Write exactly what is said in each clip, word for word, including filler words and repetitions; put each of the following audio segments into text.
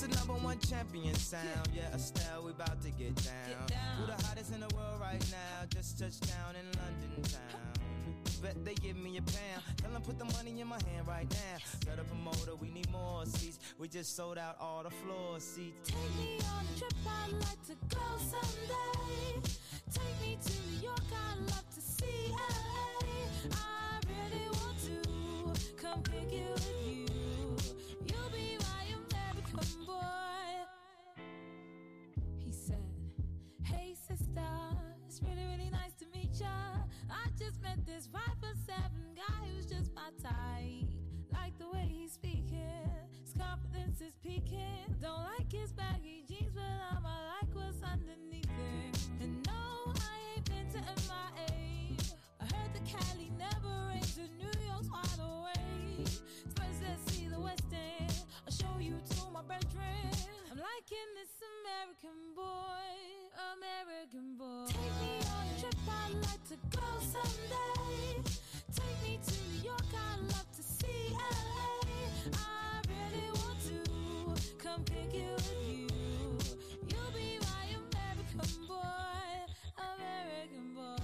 the number one champion sound. Yeah, Estelle, we about to get down. Get down. Who the hottest in the world right now? Just touched down in London town. Bet they give me a pound. Tell them put the money in my hand right now. Set up a motor, we need more seats. We just sold out all the floor seats. Take me on a trip, I'd like to go someday. Take me to New York, I'd love to see L A. I really want to come pick you with you. You'll be my American boy. He said, hey sister, it's really, really nice to meet ya. I just met this five foot seven guy who's just my type. Like the way he's speaking, his confidence is peaking. Don't like his baggy jeans, but I'ma like what's underneath it. And no, I ain't been to M I A. I heard the Cali never rains and New York's wide awake. First let's see the West End, I'll show you to my bedroom. I'm liking this American boy, American boy. Take me on a trip, I'd like to go someday. Take me to New York, I'd love to see L A. I really want to come pick you with you. You'll be my American boy, American boy.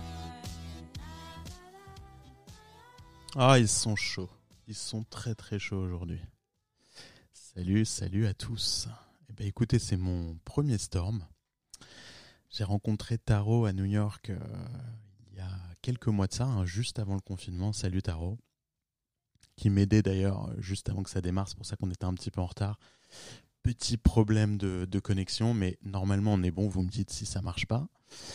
Ah, ils sont chauds. Ils sont très très chauds aujourd'hui. Salut, salut à tous. Eh ben, écoutez, c'est mon premier Storm. J'ai rencontré Taro à New York euh, il y a quelques mois de ça, hein, juste avant le confinement. Salut Taro. Qui m'aidait d'ailleurs juste avant que ça démarre, c'est pour ça qu'on était un petit peu en retard. Petit problème de, de connexion, mais normalement on est bon, vous me dites si ça marche pas.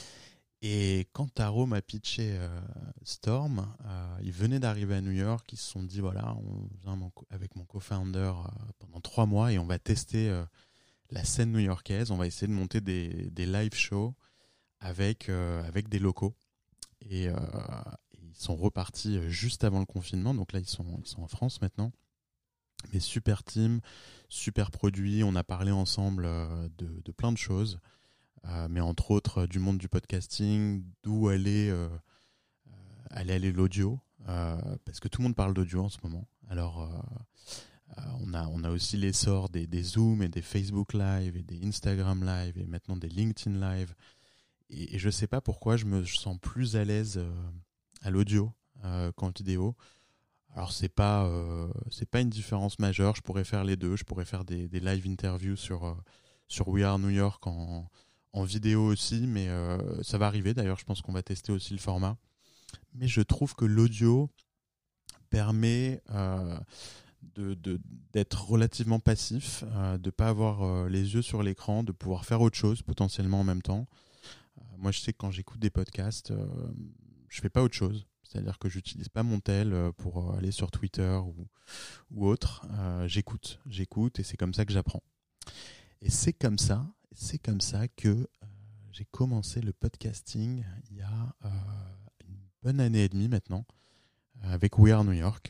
Et quand Taro m'a pitché euh, Storm, euh, ils venaient d'arriver à New York, ils se sont dit voilà, on vient mon co- avec mon co-founder euh, pendant trois mois et on va tester euh, la scène new-yorkaise, on va essayer de monter des, des live shows avec, euh, avec des locaux. Et, euh, et ils sont repartis juste avant le confinement, donc là ils sont, ils sont en France maintenant. Mais super team, super produit, on a parlé ensemble euh, de, de plein de choses. Euh, mais entre autres euh, du monde du podcasting, d'où allait, euh, euh, allait aller l'audio, euh, parce que tout le monde parle d'audio en ce moment. Alors euh, euh, on a on a aussi l'essor des, des Zoom et des Facebook Live et des Instagram Live et maintenant des LinkedIn Live. Et, et je sais pas pourquoi je me sens plus à l'aise euh, à l'audio euh, qu'en vidéo. Alors c'est pas euh, c'est pas une différence majeure. Je pourrais faire les deux. Je pourrais faire des, des live interviews sur euh, sur We Are New York en en vidéo aussi, mais euh, ça va arriver. D'ailleurs, je pense qu'on va tester aussi le format. Mais je trouve que l'audio permet euh, de, de, d'être relativement passif, euh, de ne pas avoir euh, les yeux sur l'écran, de pouvoir faire autre chose potentiellement en même temps. Euh, moi, je sais que quand j'écoute des podcasts, euh, je ne fais pas autre chose. C'est-à-dire que je n'utilise pas mon tel pour aller sur Twitter ou, ou autre. Euh, j'écoute, j'écoute et c'est comme ça que j'apprends. Et c'est comme ça, c'est comme ça que euh, j'ai commencé le podcasting il y a euh, une bonne année et demie maintenant, euh, avec We Are New York.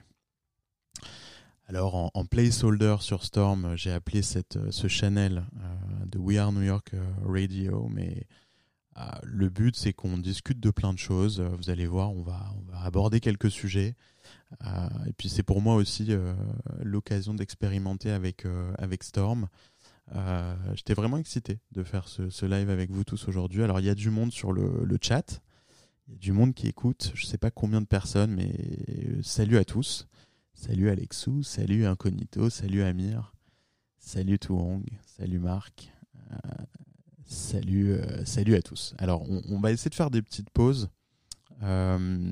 Alors en, en placeholder sur Storm, j'ai appelé cette, ce channel euh, de We Are New York euh, Radio, mais euh, le but c'est qu'on discute de plein de choses. Vous allez voir, on va, on va aborder quelques sujets. Euh, et puis c'est pour moi aussi euh, l'occasion d'expérimenter avec, euh, avec Storm. Euh, j'étais vraiment excité de faire ce, ce live avec vous tous aujourd'hui. Alors il y a du monde sur le, le chat, il y a du monde qui écoute, je sais pas combien de personnes, mais euh, salut à tous, salut Alexou, salut Incognito, salut Amir, salut Touhong, salut Marc, euh, salut, euh, salut à tous. Alors on, on va essayer de faire des petites pauses euh,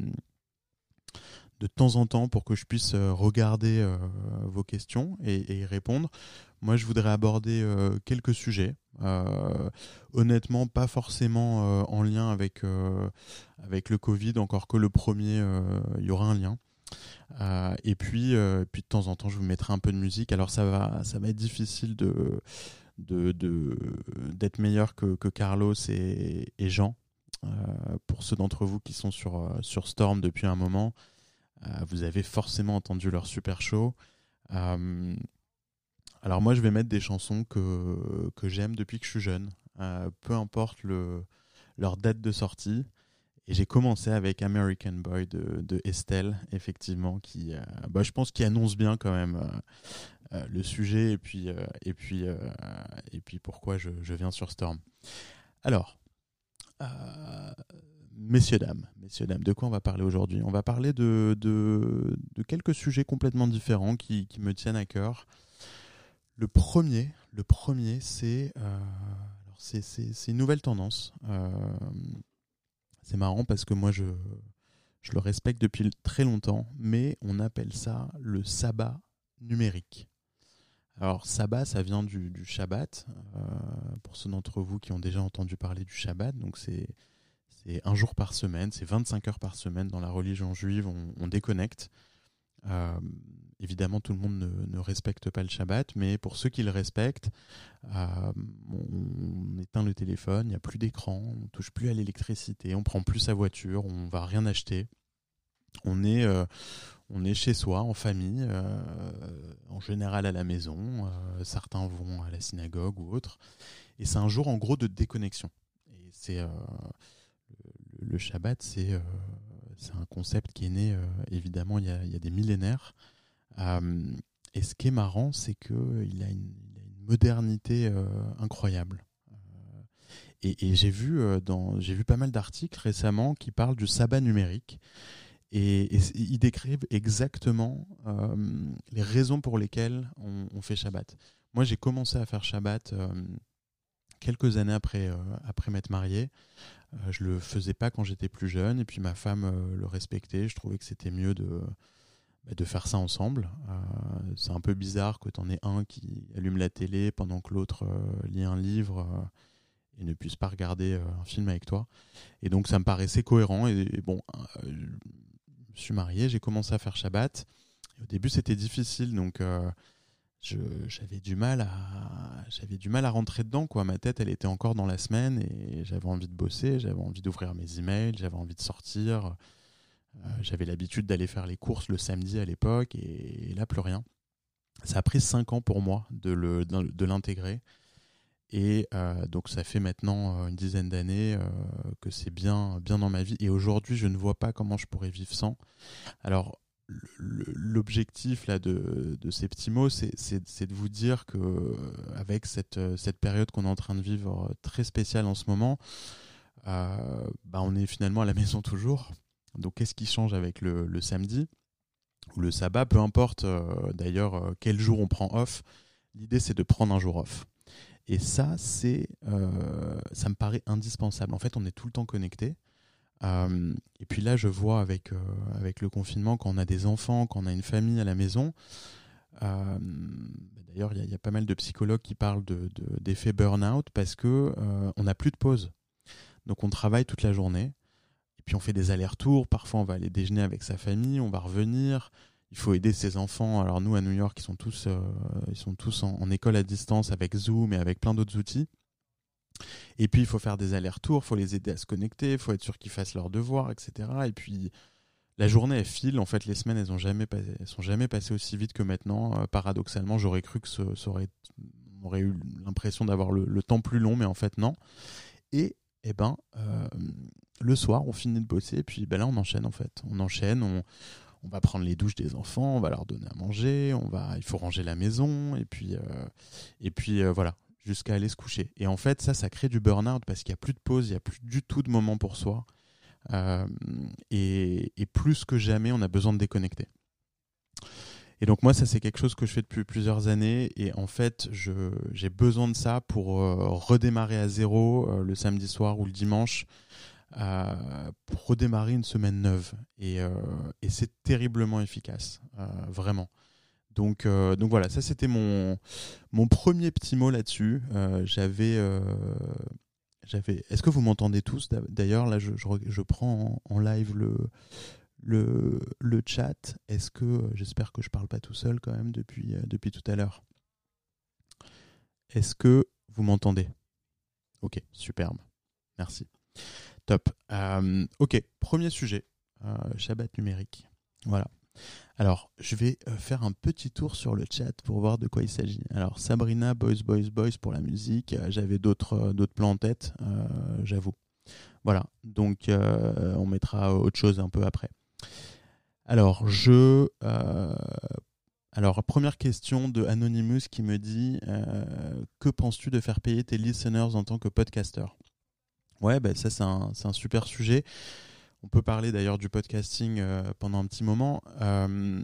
de temps en temps pour que je puisse regarder euh, vos questions et, et y répondre. Moi, je voudrais aborder euh, quelques sujets. Euh, honnêtement, pas forcément euh, en lien avec euh, avec le Covid, encore que le premier, euh, il y aura un lien. Euh, et puis, euh, puis de temps en temps, je vous mettrai un peu de musique. Alors, ça va, ça va être difficile de de, de d'être meilleur que, que Carlos et, et Jean. Euh, pour ceux d'entre vous qui sont sur sur Storm depuis un moment, euh, vous avez forcément entendu leur super show. Euh, Alors moi, je vais mettre des chansons que que j'aime depuis que je suis jeune, euh, peu importe le leur date de sortie. Et j'ai commencé avec American Boy de de Estelle, effectivement, qui, euh, bah, je pense, qui annonce bien quand même euh, le sujet et puis, euh, et puis, euh, et puis pourquoi je, je viens sur Storm. Alors, euh, messieurs, dames, messieurs, dames, de quoi on va parler aujourd'hui ? On va parler de, de, de quelques sujets complètement différents qui, qui me tiennent à cœur. Le premier, le premier c'est, euh, alors c'est, c'est, c'est une nouvelle tendance. Euh, c'est marrant parce que moi, je, je le respecte depuis très longtemps, mais on appelle ça le sabbat numérique. Alors, sabbat, ça vient du, du Shabbat. Euh, pour ceux d'entre vous qui ont déjà entendu parler du Shabbat, donc c'est, c'est un jour par semaine, c'est vingt-cinq heures par semaine dans la religion juive, on, on déconnecte. Euh, évidemment, tout le monde ne, ne respecte pas le Shabbat, mais pour ceux qui le respectent, euh, on, on éteint le téléphone, il n'y a plus d'écran, on ne touche plus à l'électricité, on ne prend plus sa voiture, on ne va rien acheter. On est, euh, on est chez soi, en famille, euh, en général à la maison. Euh, certains vont à la synagogue ou autre. Et c'est un jour, en gros, de déconnexion. Et c'est, euh, le, le Shabbat, c'est, euh, c'est un concept qui est né, euh, évidemment, il y a, il y a des millénaires. Euh, et ce qui est marrant, c'est qu'il a une, il a une modernité euh, incroyable. Euh, et, et j'ai vu, euh, dans, j'ai vu pas mal d'articles récemment qui parlent du sabbat numérique. Et, et ils décrivent exactement euh, les raisons pour lesquelles on, on fait Shabbat. Moi, j'ai commencé à faire Shabbat euh, quelques années après, euh, après m'être marié. Euh, je ne le faisais pas quand j'étais plus jeune, et puis ma femme euh, le respectait. Je trouvais que c'était mieux de, bah, de faire ça ensemble. Euh, c'est un peu bizarre que tu en aies un qui allume la télé pendant que l'autre euh, lit un livre euh, et ne puisse pas regarder euh, un film avec toi. Et donc, ça me paraissait cohérent. Et, et bon... Euh, je suis marié, j'ai commencé à faire Shabbat. Et au début, c'était difficile, donc euh, je, j'avais du mal à, j'avais du mal à rentrer dedans, quoi. Ma tête, elle était encore dans la semaine et j'avais envie de bosser, j'avais envie d'ouvrir mes emails, j'avais envie de sortir. Euh, j'avais l'habitude d'aller faire les courses le samedi à l'époque et, et là, plus rien. Ça a pris cinq ans pour moi de, le, de l'intégrer. Et euh, donc ça fait maintenant euh, une dizaine d'années euh, que c'est bien, bien dans ma vie. Et aujourd'hui, je ne vois pas comment je pourrais vivre sans. Alors, le, l'objectif là, de, de ces petits mots, c'est, c'est, c'est de vous dire qu'avec cette, cette période qu'on est en train de vivre très spéciale en ce moment, euh, bah, on est finalement à la maison toujours. Donc qu'est-ce qui change avec le, le samedi ou le sabbat ? Peu importe euh, d'ailleurs euh, quel jour on prend off, l'idée c'est de prendre un jour off. Et ça, c'est, euh, ça me paraît indispensable. En fait, on est tout le temps connecté. Euh, et puis là, je vois avec, euh, avec le confinement, quand on a des enfants, quand on a une famille à la maison, euh, d'ailleurs, il y, y a pas mal de psychologues qui parlent de, de, d'effet burn-out parce qu'on euh, n'a plus de pause. Donc, on travaille toute la journée. Et puis, on fait des allers-retours. Parfois, on va aller déjeuner avec sa famille, on va revenir. Il faut aider ses enfants. Alors nous, à New York, ils sont tous, euh, ils sont tous en, en école à distance avec Zoom et avec plein d'autres outils. Et puis, il faut faire des allers-retours, il faut les aider à se connecter, il faut être sûr qu'ils fassent leurs devoirs, et cetera. Et puis, la journée, elle file. En fait, les semaines, elles ont jamais pas, elles sont jamais passées aussi vite que maintenant. Euh, paradoxalement, j'aurais cru que ce, ça aurait, on aurait eu l'impression d'avoir le, le temps plus long, mais en fait, non. Et, eh ben, euh, le soir, on finit de bosser, et puis ben là, on enchaîne, en fait. On enchaîne, on... On va prendre les douches des enfants, on va leur donner à manger, on va, il faut ranger la maison, et puis, euh, et puis euh, voilà, jusqu'à aller se coucher. Et en fait, ça, ça crée du burn-out parce qu'il n'y a plus de pause, il n'y a plus du tout de moment pour soi. Euh, et, et plus que jamais, on a besoin de déconnecter. Et donc moi, ça, c'est quelque chose que je fais depuis plusieurs années. Et en fait, je, j'ai besoin de ça pour euh, redémarrer à zéro euh, le samedi soir ou le dimanche. Euh, pour redémarrer une semaine neuve et, euh, et c'est terriblement efficace, euh, vraiment. Donc, euh, donc voilà, ça c'était mon, mon premier petit mot là-dessus. Euh, j'avais, euh, j'avais. Est-ce que vous m'entendez tous d'ailleurs ? Là, je, je, je prends en, en live le, le, le chat. Est-ce que j'espère que je parle pas tout seul quand même depuis, euh, depuis tout à l'heure. Est-ce que vous m'entendez ? Ok, superbe. Merci. Top. Euh, ok, premier sujet, euh, Shabbat numérique. Voilà. Alors, je vais faire un petit tour sur le chat pour voir de quoi il s'agit. Alors, Sabrina, Boys, Boys, Boys pour la musique. J'avais d'autres, d'autres plans en tête, euh, j'avoue. Voilà, donc euh, on mettra autre chose un peu après. Alors, je... Euh, Alors, première question de Anonymous qui me dit euh, que penses-tu de faire payer tes listeners en tant que podcaster ? Ouais, bah, ça c'est un, c'est un super sujet. On peut parler d'ailleurs du podcasting euh, pendant un petit moment. Euh,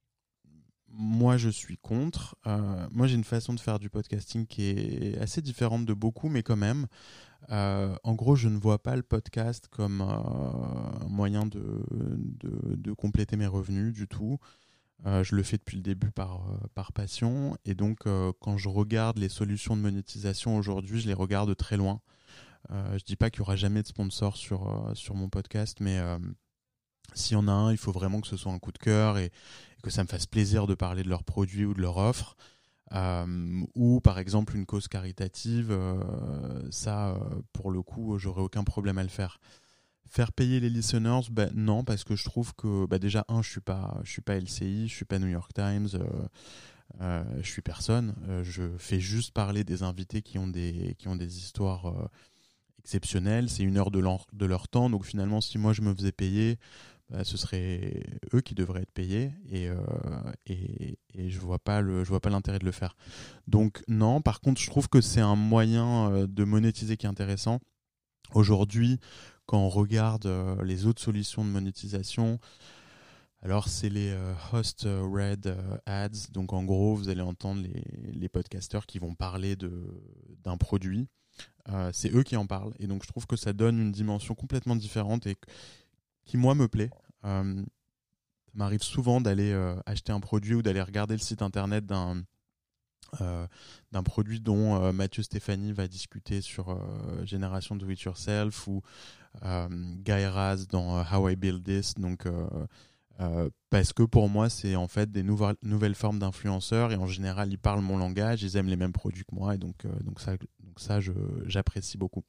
moi, je suis contre. Euh, moi, j'ai une façon de faire du podcasting qui est assez différente de beaucoup, mais quand même. Euh, en gros, je ne vois pas le podcast comme euh, un moyen de, de, de compléter mes revenus du tout. Euh, je le fais depuis le début par, euh, par passion. Et donc, euh, quand je regarde les solutions de monétisation aujourd'hui, je les regarde de très loin. Euh, je ne dis pas qu'il n'y aura jamais de sponsor sur, euh, sur mon podcast, mais euh, s'il y en a un, il faut vraiment que ce soit un coup de cœur et, et que ça me fasse plaisir de parler de leurs produits ou de leur offre. Euh, ou par exemple une cause caritative, euh, ça, euh, pour le coup, j'aurais aucun problème à le faire. Faire payer les listeners, ben non, parce que je trouve que bah déjà un, je suis pas, je suis pas L C I, je suis pas New York Times, euh, euh, je suis personne. Euh, je fais juste parler des invités qui ont des, qui ont des histoires euh, exceptionnelles. C'est une heure de leur, de leur temps, donc finalement, si moi je me faisais payer, bah, ce serait eux qui devraient être payés, et euh, et, et je vois pas le, je vois pas l'intérêt de le faire. Donc non. Par contre, je trouve que c'est un moyen euh, de monétiser qui est intéressant. Aujourd'hui, quand on regarde euh, les autres solutions de monétisation, alors c'est les euh, host read euh, ads. Donc en gros, vous allez entendre les, les podcasteurs qui vont parler de, d'un produit. Euh, c'est eux qui en parlent. Et donc je trouve que ça donne une dimension complètement différente et qui, moi, me plaît. Euh, ça m'arrive souvent d'aller euh, acheter un produit ou d'aller regarder le site internet d'un... Euh, d'un produit dont euh, Mathieu Stéphanie va discuter sur euh, Génération Do It Yourself, ou euh, Guy Raz dans euh, How I Build This. Donc, euh, euh, parce que pour moi, c'est en fait des nouvelles, nouvelles formes d'influenceurs, et en général, ils parlent mon langage, ils aiment les mêmes produits que moi, et donc, euh, donc ça, donc ça je, j'apprécie beaucoup.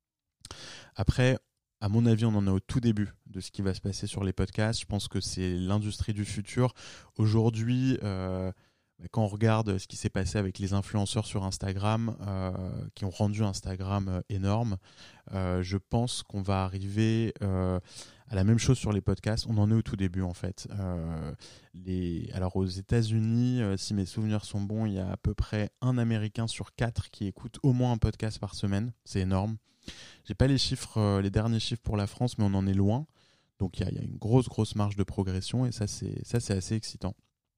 Après, à mon avis, on en est au tout début de ce qui va se passer sur les podcasts. Je pense que c'est l'industrie du futur. Aujourd'hui, euh, quand on regarde ce qui s'est passé avec les influenceurs sur Instagram, euh, qui ont rendu Instagram euh, énorme, euh, je pense qu'on va arriver euh, à la même chose sur les podcasts. On en est au tout début, en fait. Euh, les... Alors aux États-Unis, euh, si mes souvenirs sont bons, il y a à peu près un Américain sur quatre qui écoute au moins un podcast par semaine. C'est énorme. J'ai pas les chiffres, euh, les derniers chiffres pour la France, mais on en est loin. Donc il y, y a une grosse, grosse marge de progression, et ça, c'est, ça, c'est assez excitant.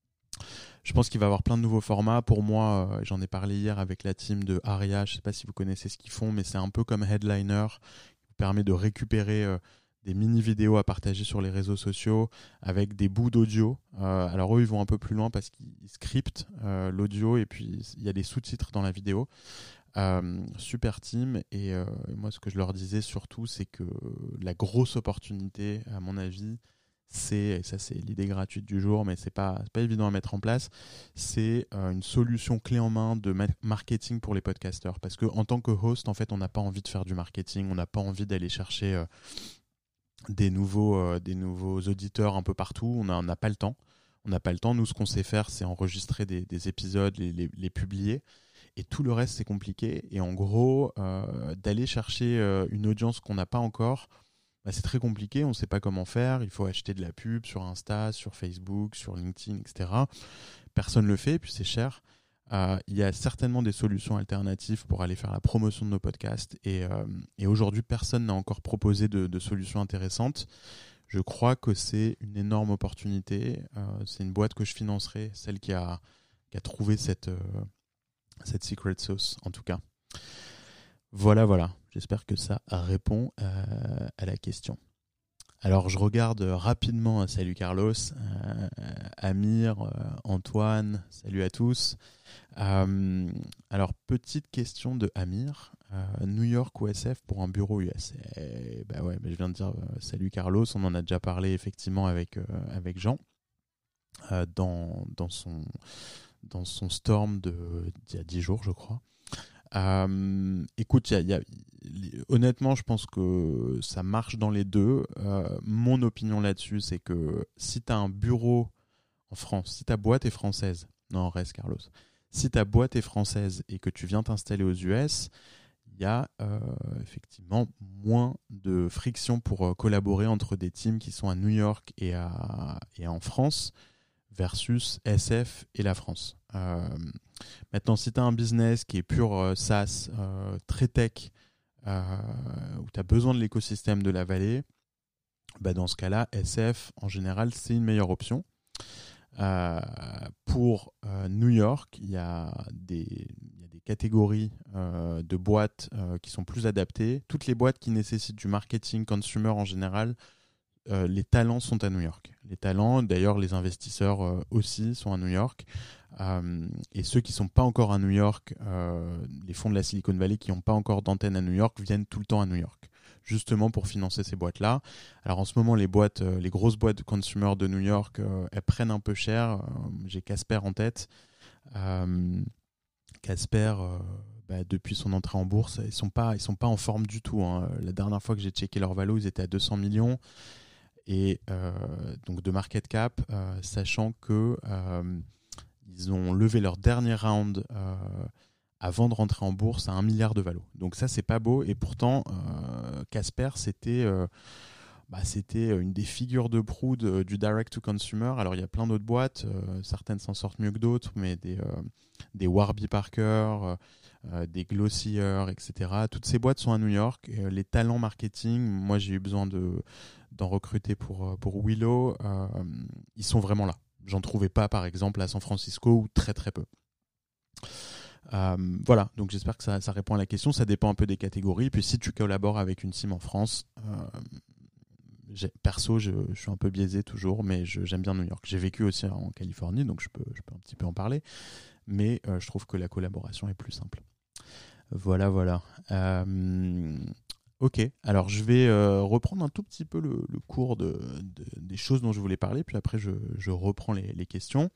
Je pense qu'il va y avoir plein de nouveaux formats. Pour moi, euh, j'en ai parlé hier avec la team de Aria. Je ne sais pas si vous connaissez ce qu'ils font, mais c'est un peu comme Headliner, qui vous permet de récupérer euh, des mini-vidéos à partager sur les réseaux sociaux avec des bouts d'audio. Euh, alors eux, ils vont un peu plus loin parce qu'ils scriptent euh, l'audio, et puis il y a des sous-titres dans la vidéo. Euh, super team, et euh, moi, ce que je leur disais surtout, c'est que la grosse opportunité, à mon avis, c'est, et ça c'est l'idée gratuite du jour, mais c'est pas, c'est pas évident à mettre en place, c'est euh, une solution clé en main de ma- marketing pour les podcasteurs. Parce qu'en tant que host, en fait, on n'a pas envie de faire du marketing, on n'a pas envie d'aller chercher euh, des, nouveaux, euh, des nouveaux auditeurs un peu partout, on n'a on n'a pas le temps. On n'a pas le temps. Nous, ce qu'on sait faire, c'est enregistrer des, des épisodes, les, les, les publier. Et tout le reste, c'est compliqué. Et en gros, euh, d'aller chercher euh, une audience qu'on n'a pas encore, bah, c'est très compliqué. On ne sait pas comment faire. Il faut acheter de la pub sur Insta, sur Facebook, sur LinkedIn, et cetera. Personne ne le fait, et puis c'est cher. Euh, il y a certainement des solutions alternatives pour aller faire la promotion de nos podcasts. Et, euh, et aujourd'hui, personne n'a encore proposé de, de solutions intéressantes. Je crois que c'est une énorme opportunité. Euh, c'est une boîte que je financerai, celle qui a, qui a trouvé cette... Euh, cette secret sauce, en tout cas. Voilà, voilà. J'espère que ça répond euh, à la question. Alors, je regarde rapidement. Euh, salut Carlos, euh, Amir, euh, Antoine, salut à tous. Euh, alors, petite question de Amir. Euh, New York ou S F pour un bureau U S? Eh, bah ouais, bah je viens de dire euh, salut Carlos. On en a déjà parlé effectivement avec, euh, avec Jean euh, dans, dans son... dans son storm de, d'il y a dix jours, je crois. Euh, écoute, y a, y a, honnêtement, je pense que ça marche dans les deux. Euh, mon opinion là-dessus, c'est que si tu as un bureau en France, si ta boîte est française, non, reste Carlos, si ta boîte est française et que tu viens t'installer aux U S, il y a euh, effectivement moins de friction pour euh, collaborer entre des teams qui sont à New York et, à, et en France, versus S F et la France. Euh, maintenant, si tu as un business qui est pur euh, SaaS, euh, très tech, euh, où tu as besoin de l'écosystème de la vallée, bah dans ce cas-là, S F, en général, c'est une meilleure option. Euh, pour euh, New York, il y a des, il y a des catégories euh, de boîtes euh, qui sont plus adaptées. Toutes les boîtes qui nécessitent du marketing consumer en général, euh, les talents sont à New York. Les talents, d'ailleurs, les investisseurs euh, aussi sont à New York. Euh, et ceux qui ne sont pas encore à New York, euh, les fonds de la Silicon Valley qui n'ont pas encore d'antenne à New York, viennent tout le temps à New York, justement pour financer ces boîtes-là. Alors en ce moment, les boîtes, euh, les grosses boîtes de consumer de New York, euh, elles prennent un peu cher. Euh, j'ai Casper en tête. Euh, Casper, euh, bah, depuis son entrée en bourse, ils sont pas, ils sont pas en forme du tout, hein. La dernière fois que j'ai checké leur valo, ils étaient à deux cents millions et euh, donc de market cap, euh, sachant que euh, ils ont levé leur dernier round euh, avant de rentrer en bourse à un milliard de valo. Donc ça, c'est pas beau. Et pourtant, euh, Casper, c'était, euh, bah, c'était une des figures de proue de, du direct-to-consumer. Alors, il y a plein d'autres boîtes. Euh, certaines s'en sortent mieux que d'autres, mais des, euh, des Warby Parker, euh, des Glossier, et cetera. Toutes ces boîtes sont à New York. Et, euh, les talents marketing, moi, j'ai eu besoin de, d'en recruter pour, pour Willow. Euh, ils sont vraiment là. J'en trouvais pas, par exemple, à San Francisco, ou très, très peu. Euh, voilà, donc j'espère que ça, ça répond à la question. Ça dépend un peu des catégories. Puis si tu collabores avec une team en France, euh, j'ai, perso, je, je suis un peu biaisé toujours, mais je, j'aime bien New York. J'ai vécu aussi en Californie, donc je peux, je peux un petit peu en parler. Mais euh, je trouve que la collaboration est plus simple. Voilà, voilà. Euh, ok, alors je vais euh, reprendre un tout petit peu le, le cours de, de, des choses dont je voulais parler, puis après je, je reprends les, les questions.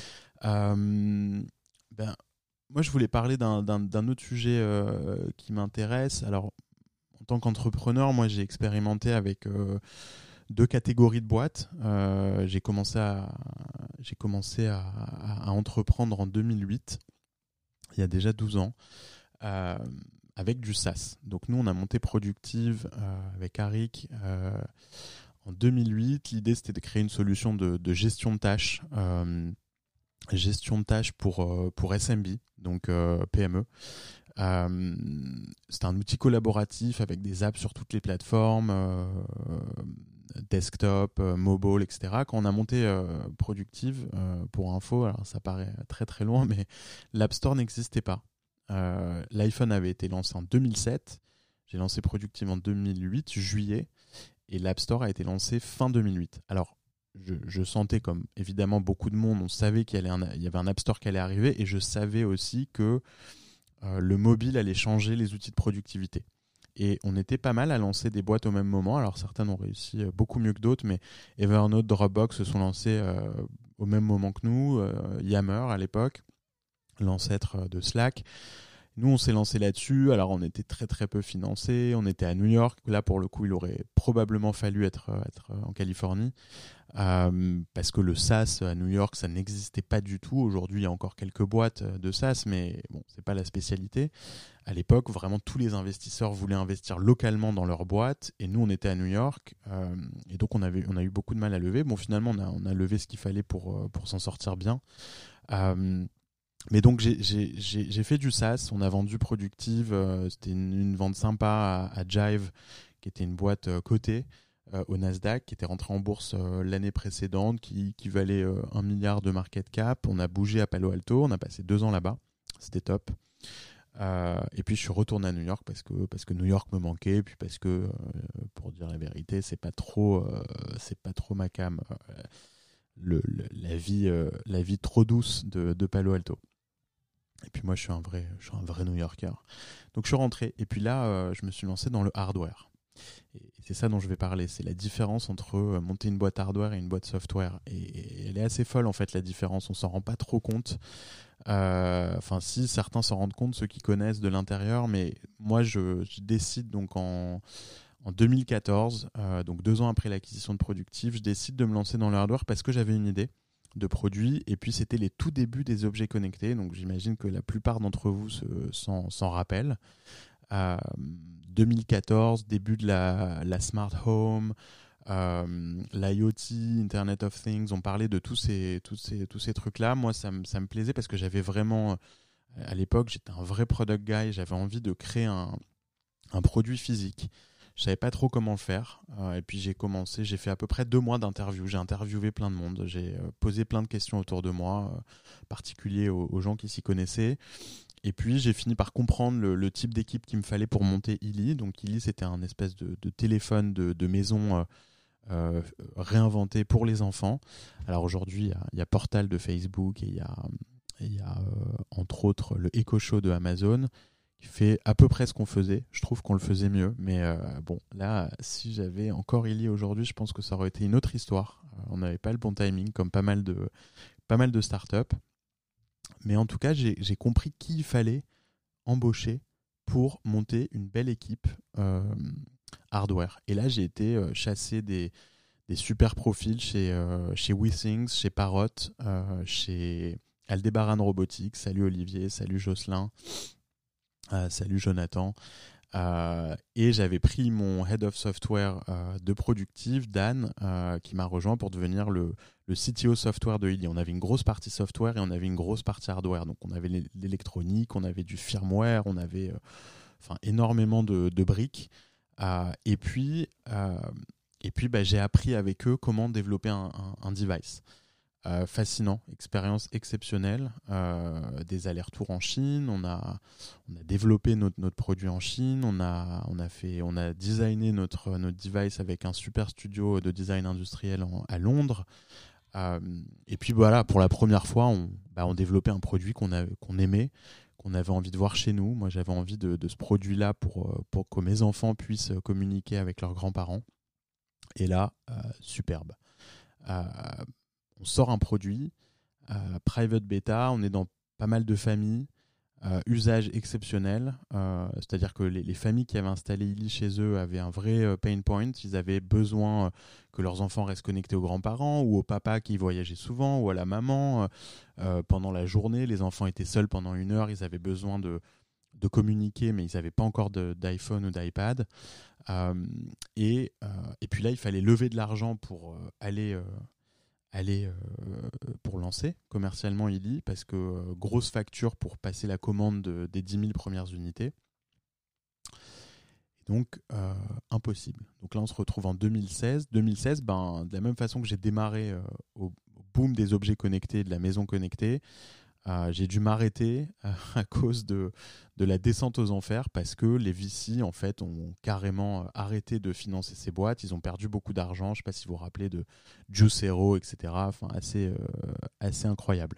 Euh, ben, moi, je voulais parler d'un, d'un, d'un autre sujet euh, qui m'intéresse. Alors, en tant qu'entrepreneur, moi, j'ai expérimenté avec euh, deux catégories de boîtes. Euh, j'ai commencé, à, j'ai commencé à, à, à entreprendre en deux mille huit, il y a déjà douze ans, euh, avec du SaaS. Donc, nous, on a monté Productive euh, avec Arik euh, en deux mille huit. L'idée, c'était de créer une solution de, de gestion de tâches. Euh, gestion de tâches pour, euh, pour S M B, donc euh, P M E. Euh, c'est un outil collaboratif avec des apps sur toutes les plateformes, euh, desktop, euh, mobile, et cetera. Quand on a monté euh, Productive, euh, pour info, alors ça paraît très très loin, mais l'App Store n'existait pas. Euh, L'iPhone avait été lancé en deux mille sept, j'ai lancé Productive en deux mille huit, juillet, et l'App Store a été lancé fin deux mille huit. Alors, Je, je sentais, comme évidemment beaucoup de monde, on savait qu'il y, un, il y avait un App Store qui allait arriver, et je savais aussi que euh, le mobile allait changer les outils de productivité. Et on était pas mal à lancer des boîtes au même moment. Alors certaines ont réussi beaucoup mieux que d'autres, mais Evernote, Dropbox se sont lancés euh, au même moment que nous. Euh, Yammer à l'époque, l'ancêtre de Slack. Nous, on s'est lancé là-dessus. Alors, on était très très peu financé. On était à New York. Là, pour le coup, il aurait probablement fallu être, être en Californie. Euh, parce que le SaaS à New York, ça n'existait pas du tout. Aujourd'hui, il y a encore quelques boîtes de SaaS, mais bon, c'est pas la spécialité. À l'époque, vraiment, tous les investisseurs voulaient investir localement dans leur boîte, et nous, on était à New York, euh, et donc on avait, on a eu beaucoup de mal à lever. Bon, finalement, on a, on a levé ce qu'il fallait pour, pour s'en sortir bien. Euh, mais donc j'ai, j'ai, j'ai, j'ai fait du SaaS, on a vendu Productive, euh, c'était une, une vente sympa à, à Jive, qui était une boîte euh, cotée euh, au Nasdaq, qui était rentrée en bourse euh, l'année précédente, qui, qui valait euh, un milliard de market cap. On a bougé à Palo Alto, on a passé deux ans là-bas, c'était top. Euh, et puis je suis retourné à New York parce que, parce que New York me manquait, et puis parce que, euh, pour dire la vérité, c'est pas trop, euh, c'est pas trop ma cam, euh, le, le, la, vie, euh, la vie trop douce de, de Palo Alto. Et puis moi, je suis un vrai, je suis un vrai New-Yorker. Donc je suis rentré. Et puis là, euh, je me suis lancé dans le hardware. Et c'est ça dont je vais parler. C'est la différence entre monter une boîte hardware et une boîte software. Et, et elle est assez folle, en fait, la différence. On s'en rend pas trop compte. Euh, enfin, si, certains s'en rendent compte, ceux qui connaissent de l'intérieur. Mais moi, je, je décide donc en, en deux mille quatorze, euh, donc deux ans après l'acquisition de Productive, je décide de me lancer dans le hardware parce que j'avais une idée de produits, et puis c'était les tout débuts des objets connectés, donc j'imagine que la plupart d'entre vous se, s'en, s'en rappellent. Euh, deux mille quatorze, début de la, la smart home, euh, l'I O T, Internet of Things. On parlait de tous ces, tous ces, tous ces trucs-là. Moi, ça, m- ça me plaisait parce que j'avais vraiment, à l'époque, j'étais un vrai product guy. J'avais envie de créer un, un produit physique. Je savais pas trop comment le faire. Euh, et puis j'ai commencé, j'ai fait à peu près deux mois d'interview. J'ai interviewé plein de monde. J'ai euh, posé plein de questions autour de moi, euh, particulier aux, aux gens qui s'y connaissaient. Et puis j'ai fini par comprendre le, le type d'équipe qu'il me fallait pour monter Illy. Donc Illy, c'était un espèce de, de téléphone de, de maison euh, euh, réinventé pour les enfants. Alors aujourd'hui, il y a, il y a Portal de Facebook et il y a, il y a euh, entre autres le Echo Show de Amazon qui fait à peu près ce qu'on faisait. Je trouve qu'on le faisait mieux. Mais euh, bon, là, si j'avais encore Illy aujourd'hui, je pense que ça aurait été une autre histoire. Euh, on n'avait pas le bon timing, comme pas mal de, pas mal de startups. Mais en tout cas, j'ai, j'ai compris qui il fallait embaucher pour monter une belle équipe euh, hardware. Et là, j'ai été euh, chasser des, des super profils chez, euh, chez WeThings, chez Parrot, euh, chez Aldebaran Robotics. Salut Olivier, salut Jocelyn, euh, salut Jonathan. Euh, et j'avais pris mon head of software euh, de Productive, Dan, euh, qui m'a rejoint pour devenir le, le C T O software de Illy. On avait une grosse partie software et on avait une grosse partie hardware. Donc on avait l'électronique, on avait du firmware, on avait euh, enfin, énormément de, de briques. Euh, et puis, euh, et puis bah, j'ai appris avec eux comment développer un, un, un device. Euh, fascinant, expérience exceptionnelle, euh, des allers-retours en Chine, on a, on a développé notre, notre produit en Chine, on a, on a, fait, on a designé notre, notre device avec un super studio de design industriel en, à Londres. Euh, et puis voilà, pour la première fois, on, bah, on développait un produit qu'on, a, qu'on aimait, qu'on avait envie de voir chez nous. Moi, j'avais envie de, de ce produit-là pour, pour que mes enfants puissent communiquer avec leurs grands-parents. Et là, euh, superbe. Euh, On sort un produit, euh, private beta, on est dans pas mal de familles, euh, usage exceptionnel, euh, c'est-à-dire que les, les familles qui avaient installé Illy chez eux avaient un vrai euh, pain point, ils avaient besoin euh, que leurs enfants restent connectés aux grands-parents ou au papa qui voyageait souvent ou à la maman. Euh, pendant la journée, les enfants étaient seuls pendant une heure, ils avaient besoin de, de communiquer, mais ils n'avaient pas encore de, d'iPhone ou d'iPad. Euh, et, euh, et puis là, il fallait lever de l'argent pour euh, aller... Euh, aller euh, pour lancer commercialement Illy parce que euh, grosse facture pour passer la commande de, des dix mille premières unités. Et donc, euh, impossible. Donc là, on se retrouve en deux mille seize. deux mille seize, ben, de la même façon que j'ai démarré euh, au, au boom des objets connectés, de la maison connectée, Euh, j'ai dû m'arrêter euh, à cause de, de la descente aux enfers parce que les V C en fait ont carrément arrêté de financer ces boîtes. Ils ont perdu beaucoup d'argent. Je ne sais pas si vous vous rappelez de Juicero, et cetera. Enfin, assez, euh, assez incroyable.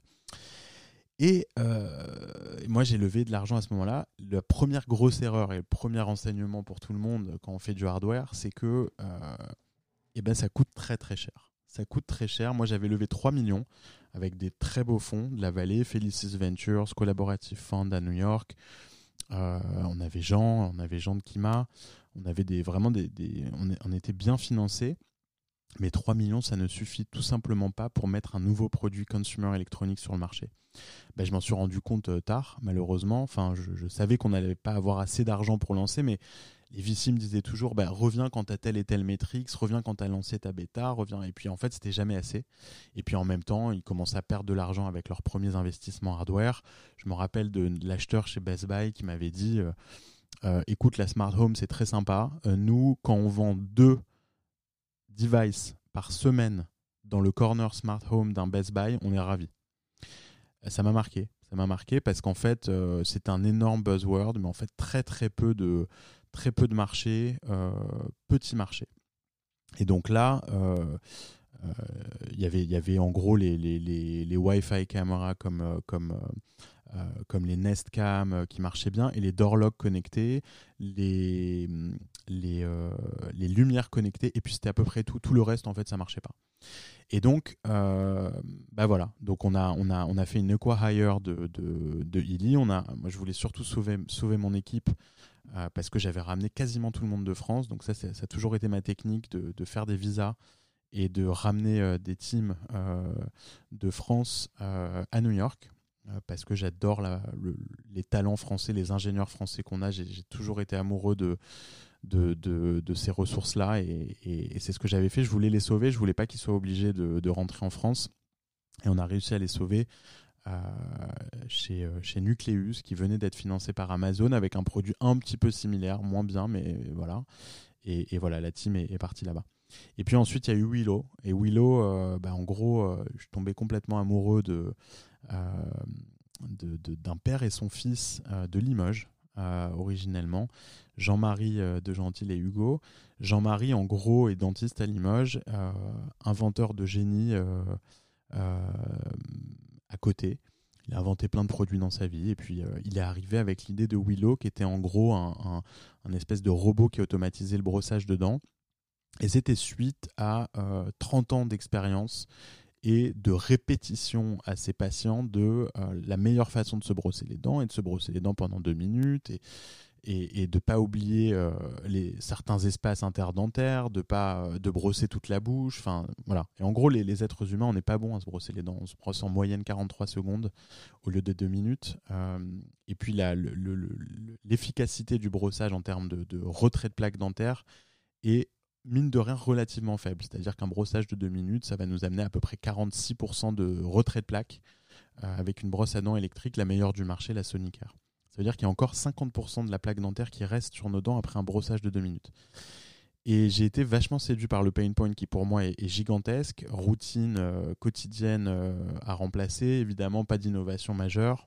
Et euh, moi, j'ai levé de l'argent à ce moment-là. La première grosse erreur et le premier enseignement pour tout le monde quand on fait du hardware, c'est que euh, eh ben, ça coûte très très cher. Ça coûte très cher. Moi, j'avais levé trois millions avec des très beaux fonds de la vallée, Felicis Ventures, Collaborative Fund à New York. Euh, on avait Jean, on avait Jean de Kima. On avait des, vraiment des, des on, est, on était bien financés. Mais trois millions, ça ne suffit tout simplement pas pour mettre un nouveau produit consumer électronique sur le marché. Ben, je m'en suis rendu compte euh, tard, malheureusement. Enfin, je, je savais qu'on n'allait pas avoir assez d'argent pour lancer, mais les V C me disaient toujours ben, reviens quand tu as telle et telle métrique, reviens quand tu as lancé ta bêta, reviens. Et puis en fait, c'était jamais assez. Et puis en même temps, ils commençaient à perdre de l'argent avec leurs premiers investissements hardware. Je me rappelle de, de l'acheteur chez Best Buy qui m'avait dit euh, euh, écoute, la Smart Home, c'est très sympa. Euh, nous, quand on vend deux devices par semaine dans le corner Smart Home d'un Best Buy, on est ravis. Ça m'a marqué. Ça m'a marqué parce qu'en fait, euh, c'est un énorme buzzword, mais en fait, très très peu de, très peu de marché, euh, petit marché. Et donc là, euh, euh, y avait, y avait en gros les, les, les, les Wi-Fi caméras comme, comme, euh, comme les Nest Cam euh, qui marchaient bien et les door locks connectés, les, les, euh, les lumières connectées, et puis c'était à peu près tout. Tout le reste, en fait, ça marchait pas. Et donc, euh, bah voilà. Donc on a, on a, on a fait une acqui-hire de, de, de Illy. On a, moi, je voulais surtout sauver, sauver mon équipe euh, parce que j'avais ramené quasiment tout le monde de France. Donc ça, ça a toujours été ma technique de, de faire des visas et de ramener euh, des teams euh, de France euh, à New York. euh, parce que j'adore la, le, les talents français, les ingénieurs français qu'on a. J'ai, j'ai toujours été amoureux de, de, de, de ces ressources-là et, et, et c'est ce que j'avais fait. Je voulais les sauver, je voulais pas qu'ils soient obligés de, de rentrer en France et on a réussi à les sauver euh, chez, chez Nucleus qui venait d'être financé par Amazon avec un produit un petit peu similaire, moins bien, mais voilà. Et, et voilà, la team est, est partie là-bas. Et puis ensuite, il y a eu Willow. Et Willow, euh, bah, en gros, euh, je suis tombé complètement amoureux de, euh, de, de, d'un père et son fils euh, de Limoges, euh, originellement. Jean-Marie euh, de Gentil et Hugo. Jean-Marie, en gros, est dentiste à Limoges, euh, inventeur de génie euh, euh, à côté. Il a inventé plein de produits dans sa vie et puis euh, il est arrivé avec l'idée de Willow qui était en gros un, un, un espèce de robot qui automatisait le brossage de dents. Et c'était suite à euh, trente ans d'expérience et de répétition à ses patients de euh, la meilleure façon de se brosser les dents et de se brosser les dents pendant deux minutes et, et, et de ne pas oublier euh, les, certains espaces interdentaires, de pas euh, de brosser toute la bouche. Enfin, voilà. Et en gros, les, les êtres humains, on n'est pas bon à se brosser les dents. On se brosse en moyenne quarante-trois secondes au lieu de deux minutes. Euh, et puis la, le, le, le, l'efficacité du brossage en termes de, de retrait de plaques dentaires est mine de rien relativement faible, c'est-à-dire qu'un brossage de deux minutes, ça va nous amener à peu près quarante-six pour cent de retrait de plaques euh, avec une brosse à dents électrique, la meilleure du marché, la Sonicare. Ça veut dire qu'il y a encore cinquante pour cent de la plaque dentaire qui reste sur nos dents après un brossage de deux minutes. Et j'ai été vachement séduit par le pain point qui pour moi est, est gigantesque, routine euh, quotidienne euh, à remplacer, évidemment pas d'innovation majeure.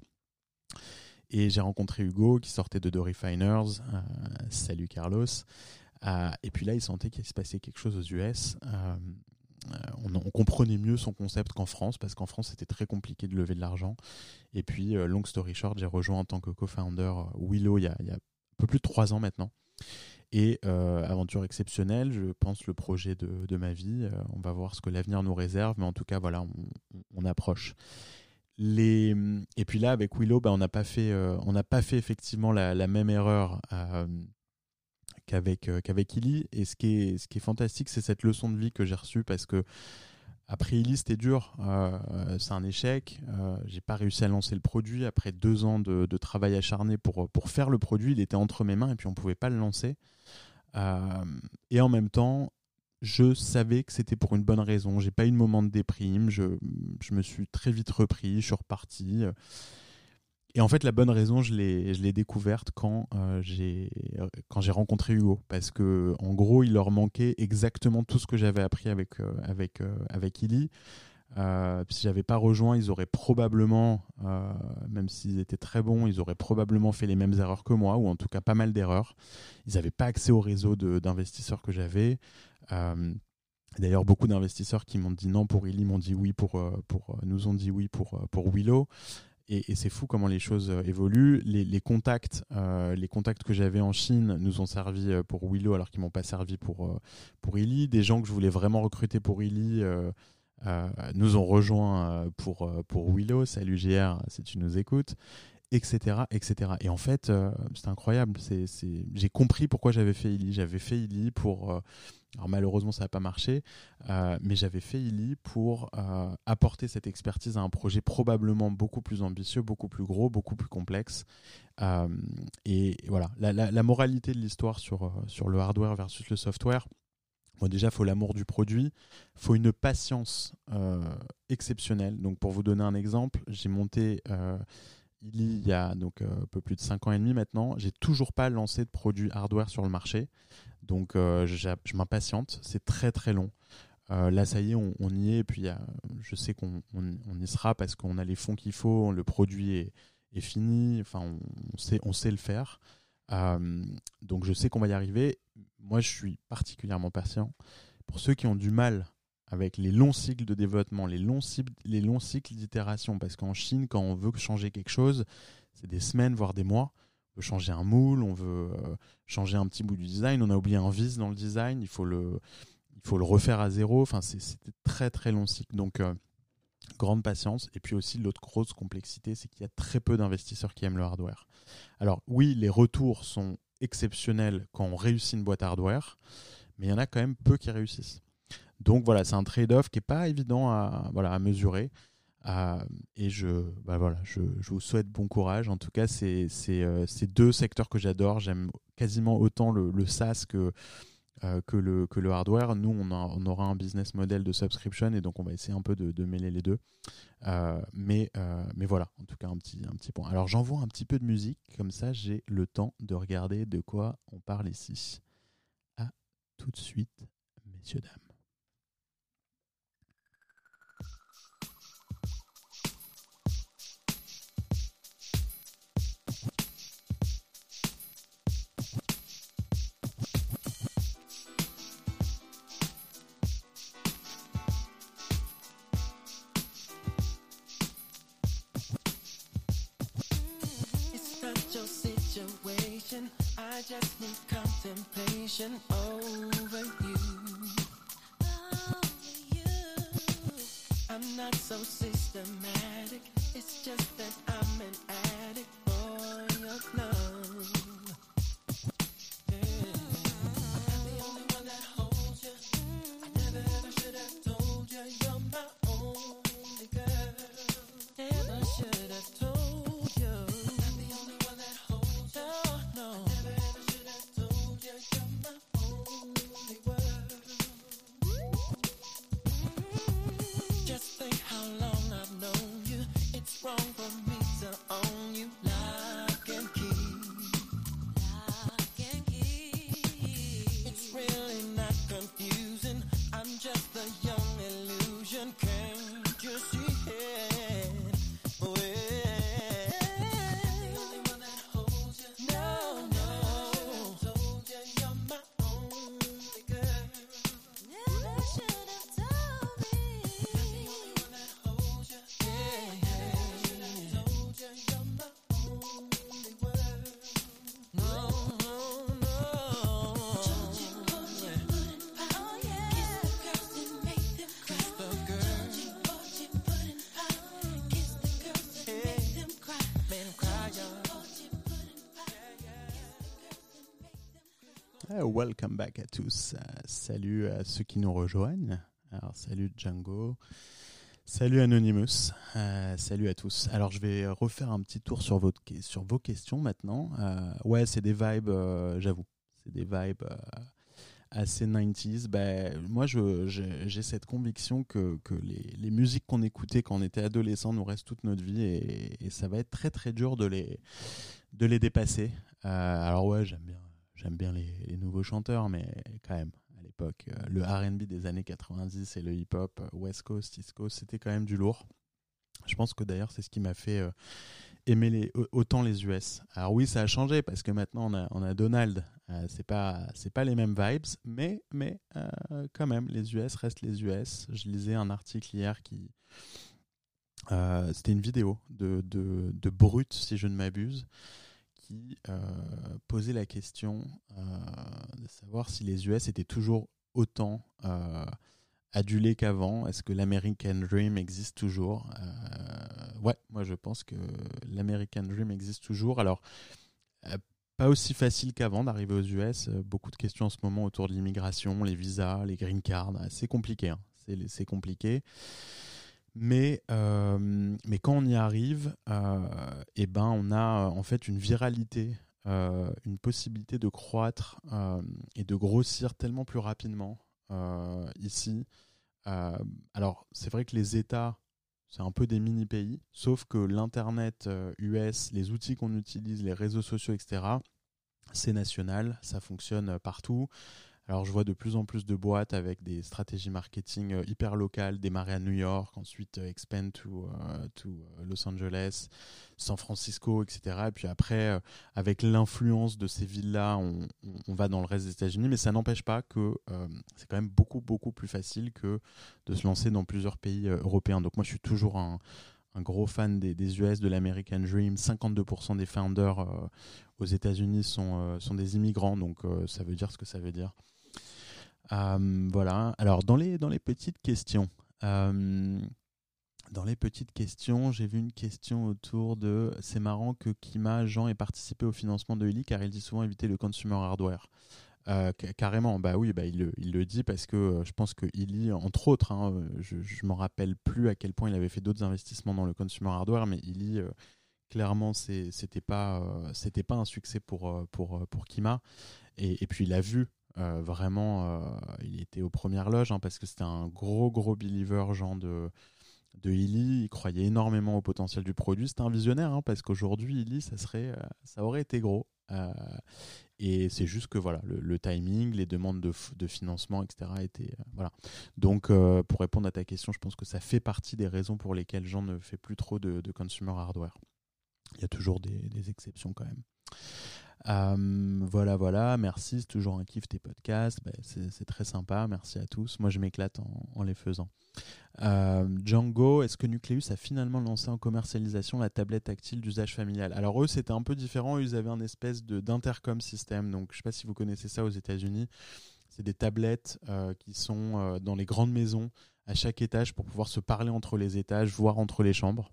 Et j'ai rencontré Hugo qui sortait de The Refiners, euh, salut Carlos. Euh, et puis là, il sentait qu'il se passait quelque chose aux U S. Euh, on, on comprenait mieux son concept qu'en France, parce qu'en France, c'était très compliqué de lever de l'argent. Et puis, euh, long story short, j'ai rejoint en tant que co-founder Willow il y a, il y a un peu plus de trois ans maintenant. Et euh, aventure exceptionnelle, je pense le projet de, de ma vie. Euh, on va voir ce que l'avenir nous réserve, mais en tout cas, voilà, on, on approche. Les... Et puis là, avec Willow, bah, on n'a pas fait, euh, on n'a pas fait effectivement la, la même erreur. Euh, qu'avec euh, qu'avec Illy, et ce qui est ce qui est fantastique, c'est cette leçon de vie que j'ai reçue, parce que après Illy, c'était dur, euh, c'est un échec, euh, j'ai pas réussi à lancer le produit après deux ans de, de travail acharné pour pour faire le produit, il était entre mes mains et puis on pouvait pas le lancer, euh, et en même temps je savais que c'était pour une bonne raison, j'ai pas eu de moment de déprime, je je me suis très vite repris, je suis reparti. Et en fait, la bonne raison, je l'ai, je l'ai découverte quand, euh, j'ai, quand j'ai rencontré Hugo. Parce que, en gros, il leur manquait exactement tout ce que j'avais appris avec, euh, avec, euh, avec Illy. Euh, si je n'avais pas rejoint, ils auraient probablement, euh, même s'ils étaient très bons, ils auraient probablement fait les mêmes erreurs que moi, ou en tout cas pas mal d'erreurs. Ils n'avaient pas accès au réseau de, d'investisseurs que j'avais. Euh, d'ailleurs, beaucoup d'investisseurs qui m'ont dit non pour Illy m'ont dit oui pour, pour, nous ont dit oui pour, pour Willow. Et, et c'est fou comment les choses euh, évoluent. Les, les, contacts, euh, les contacts que j'avais en Chine nous ont servi pour Willow alors qu'ils ne m'ont pas servi pour, euh, pour Illy. Des gens que je voulais vraiment recruter pour Illy euh, euh, nous ont rejoints euh, pour, pour Willow. Salut G R si tu nous écoutes, et cetera et cetera. Et en fait, euh, c'est incroyable. C'est, c'est... J'ai compris pourquoi j'avais fait Illy. J'avais fait Illy pour... Euh, Alors malheureusement, ça n'a pas marché, euh, mais j'avais fait Illy pour euh, apporter cette expertise à un projet probablement beaucoup plus ambitieux, beaucoup plus gros, beaucoup plus complexe. Euh, et, et voilà, la, la, la moralité de l'histoire sur, sur le hardware versus le software, bon, déjà, il faut l'amour du produit, il faut une patience euh, exceptionnelle. Donc pour vous donner un exemple, j'ai monté... Euh, Illy, il y a donc euh, un peu plus de cinq ans et demi maintenant, j'ai toujours pas lancé de produit hardware sur le marché. Donc euh, je, je m'impatiente, c'est très très long. Euh, là ça y est, on, on y est, et puis y a, je sais qu'on on, on y sera parce qu'on a les fonds qu'il faut, le produit est, est fini, enfin on, on, sait, on sait le faire. Euh, donc je sais qu'on va y arriver. Moi je suis particulièrement patient. Pour ceux qui ont du mal avec les longs cycles de développement, les longs, les longs cycles d'itération, parce qu'en Chine, quand on veut changer quelque chose, c'est des semaines, voire des mois. On veut changer un moule, on veut euh, changer un petit bout du design, on a oublié un vis dans le design, il faut le, il faut le refaire à zéro. Enfin, c'est, c'est des très très longs cycles. Donc, euh, grande patience. Et puis aussi, l'autre grosse complexité, c'est qu'il y a très peu d'investisseurs qui aiment le hardware. Alors oui, les retours sont exceptionnels quand on réussit une boîte hardware, mais il y en a quand même peu qui réussissent. Donc voilà, c'est un trade-off qui n'est pas évident à, voilà, à mesurer. Euh, et je, bah voilà, je, je vous souhaite bon courage. En tout cas, c'est, c'est, euh, c'est deux secteurs que j'adore. J'aime quasiment autant le, le SaaS que, euh, que, le, que le hardware. Nous, on, a, on aura un business model de subscription et donc on va essayer un peu de, de mêler les deux. Euh, mais, euh, mais voilà, en tout cas, un petit, un petit point. Alors, j'envoie un petit peu de musique, comme ça, j'ai le temps de regarder de quoi on parle ici. À tout de suite, messieurs, dames. I just need contemplation over you. Over you. I'm not so systematic. It's just that I'm an addict for your love. Yeah. I'm the only one that holds you. I never ever should have told you you're my only girl. Never should have told you. I'm the only one that holds you. No, no. Wrong for me to own you. Lock and key. Lock and key. It's really not confusing. I'm just a young illusion. Can't you see it? Well, I'm the only one that holds you. No, no. I told you you're my only girl. Never should have told me. I'm the only one that holds you. Yeah, yeah. Welcome back à tous. Euh, salut à ceux qui nous rejoignent. Alors, salut Django. Salut Anonymous. Euh, salut à tous. Alors, je vais refaire un petit tour sur, votre, sur vos questions maintenant. Euh, ouais, c'est des vibes, euh, j'avoue. C'est des vibes euh, assez quatre-vingt-dix. Ben, moi, je, j'ai, j'ai cette conviction que, que les, les musiques qu'on écoutait quand on était adolescent nous restent toute notre vie et, et ça va être très très dur de les, de les dépasser. Euh, alors ouais, j'aime bien. J'aime bien les, les nouveaux chanteurs, mais quand même, à l'époque, euh, le R and B des années quatre-vingt-dix et le hip-hop, euh, West Coast, East Coast, c'était quand même du lourd. Je pense que d'ailleurs, c'est ce qui m'a fait euh, aimer les, autant les U S. Alors oui, ça a changé, parce que maintenant, on a, on a Donald. Euh, c'est pas, c'est pas les mêmes vibes, mais, mais euh, quand même, les U S restent les U S. Je lisais un article hier qui... Euh, c'était une vidéo de, de, de Brut, si je ne m'abuse, qui euh, posait la question euh, de savoir si les U S étaient toujours autant euh, adulés qu'avant. Est-ce que l'American Dream existe toujours ? euh, Ouais, moi je pense que l'American Dream existe toujours. Alors, euh, pas aussi facile qu'avant d'arriver aux U S. Euh, beaucoup de questions en ce moment autour de l'immigration, les visas, les green cards. C'est compliqué, hein. c'est, c'est compliqué. Mais, euh, mais quand on y arrive, euh, eh ben on a en fait une viralité, euh, une possibilité de croître euh, et de grossir tellement plus rapidement euh, ici. Euh, alors, c'est vrai que les États, c'est un peu des mini-pays, sauf que l'Internet euh, U S, les outils qu'on utilise, les réseaux sociaux, et cetera, c'est national, ça fonctionne partout. Alors, je vois de plus en plus de boîtes avec des stratégies marketing euh, hyper locales, démarrer à New York, ensuite euh, expand to, uh, to uh, Los Angeles, San Francisco, et cetera. Et puis après, euh, avec l'influence de ces villes-là, on, on, on va dans le reste des États-Unis, mais ça n'empêche pas que euh, c'est quand même beaucoup, beaucoup plus facile que de se lancer dans plusieurs pays euh, européens. Donc moi, je suis toujours un, un gros fan des, des U S, de l'American Dream. cinquante-deux pour cent des founders euh, aux États-Unis sont, euh, sont des immigrants, donc euh, ça veut dire ce que ça veut dire. Euh, voilà. Alors dans les dans les petites questions, euh, dans les petites questions, j'ai vu une question autour de c'est marrant que Kima Jean ait participé au financement de Eli car il dit souvent éviter le consumer hardware. Euh, carrément, bah oui, bah il, le, il le dit parce que euh, je pense que Illy, entre autres, hein, je ne m'en rappelle plus à quel point il avait fait d'autres investissements dans le consumer hardware, mais Illy, euh, clairement, c'est, c'était pas, euh, c'était pas un succès pour euh, pour pour Kima. Et, et puis il a vu euh, vraiment, euh, il était aux premières loges hein, parce que c'était un gros gros believer genre de de Illy, il croyait énormément au potentiel du produit. C'était un visionnaire hein, parce qu'aujourd'hui Illy, ça serait, euh, ça aurait été gros. Euh, Et c'est juste que voilà, le, le timing, les demandes de, de financement, et cetera étaient euh, voilà. Donc euh, pour répondre à ta question, je pense que ça fait partie des raisons pour lesquelles Jean ne fait plus trop de, de consumer hardware. Il y a toujours des, des exceptions quand même. Euh, voilà, voilà, merci, c'est toujours un kiff tes podcasts, bah, c'est, c'est très sympa, merci à tous. Moi je m'éclate en, en les faisant. Euh, Django, est-ce que Nucleus a finalement lancé en commercialisation la tablette tactile d'usage familial? Alors eux c'était un peu différent, ils avaient un espèce de, d'intercom système, donc je ne sais pas si vous connaissez ça aux États-Unis, c'est des tablettes euh, qui sont euh, dans les grandes maisons à chaque étage pour pouvoir se parler entre les étages, voire entre les chambres.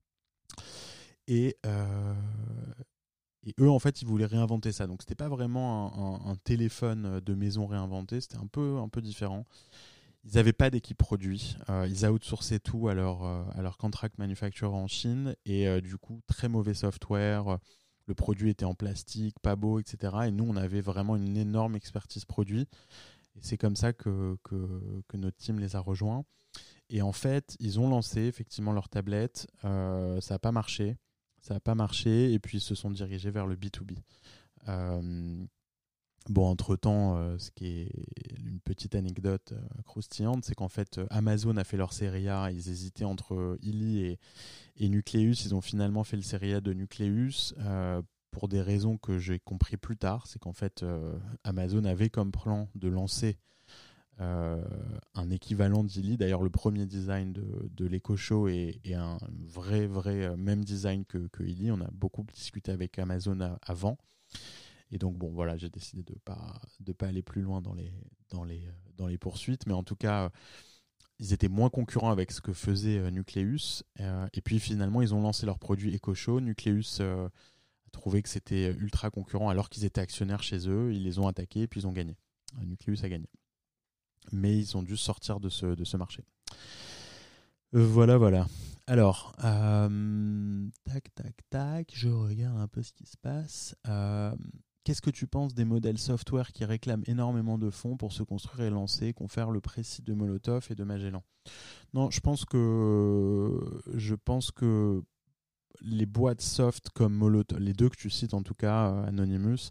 Et, euh, et eux en fait ils voulaient réinventer ça, donc c'était pas vraiment un, un, un téléphone de maison réinventé, c'était un peu, un peu différent. Ils n'avaient pas d'équipe produit, euh, ils outsourçaient tout à leur, euh, à leur contract manufacturer en Chine et euh, du coup très mauvais software, euh, le produit était en plastique, pas beau, et cetera. Et nous on avait vraiment une énorme expertise produit et c'est comme ça que, que, que notre team les a rejoints. Et en fait ils ont lancé effectivement leur tablette, euh, ça n'a pas marché, ça n'a pas marché et puis ils se sont dirigés vers le B deux B. Euh, Bon, entre-temps, euh, ce qui est une petite anecdote euh, croustillante, c'est qu'en fait, euh, Amazon a fait leur série A, ils hésitaient entre Illy et, et Nucleus, ils ont finalement fait le série A de Nucleus, euh, pour des raisons que j'ai compris plus tard, c'est qu'en fait, euh, Amazon avait comme plan de lancer euh, un équivalent d'Illy, d'ailleurs le premier design de, de l'Echo Show est, est un vrai, vrai même design que, que Illy, on a beaucoup discuté avec Amazon a, avant. Et donc, bon, voilà, j'ai décidé de ne pas, de pas aller plus loin dans les, dans, les, dans les poursuites. Mais en tout cas, euh, ils étaient moins concurrents avec ce que faisait euh, Nucleus. Euh, et puis, finalement, ils ont lancé leur produit Echo Show. Nucleus euh, a trouvé que c'était ultra concurrent alors qu'ils étaient actionnaires chez eux. Ils les ont attaqués et puis ils ont gagné. Euh, Nucleus a gagné. Mais ils ont dû sortir de ce, de ce marché. Euh, voilà, voilà. Alors, euh, tac, tac, tac, je regarde un peu ce qui se passe. Euh, Qu'est-ce que tu penses des modèles software qui réclament énormément de fonds pour se construire et lancer, confèrent le précis de Molotov et de Magellan? Non, je pense que je pense que les boîtes soft comme Molotov, les deux que tu cites en tout cas, euh, Anonymous,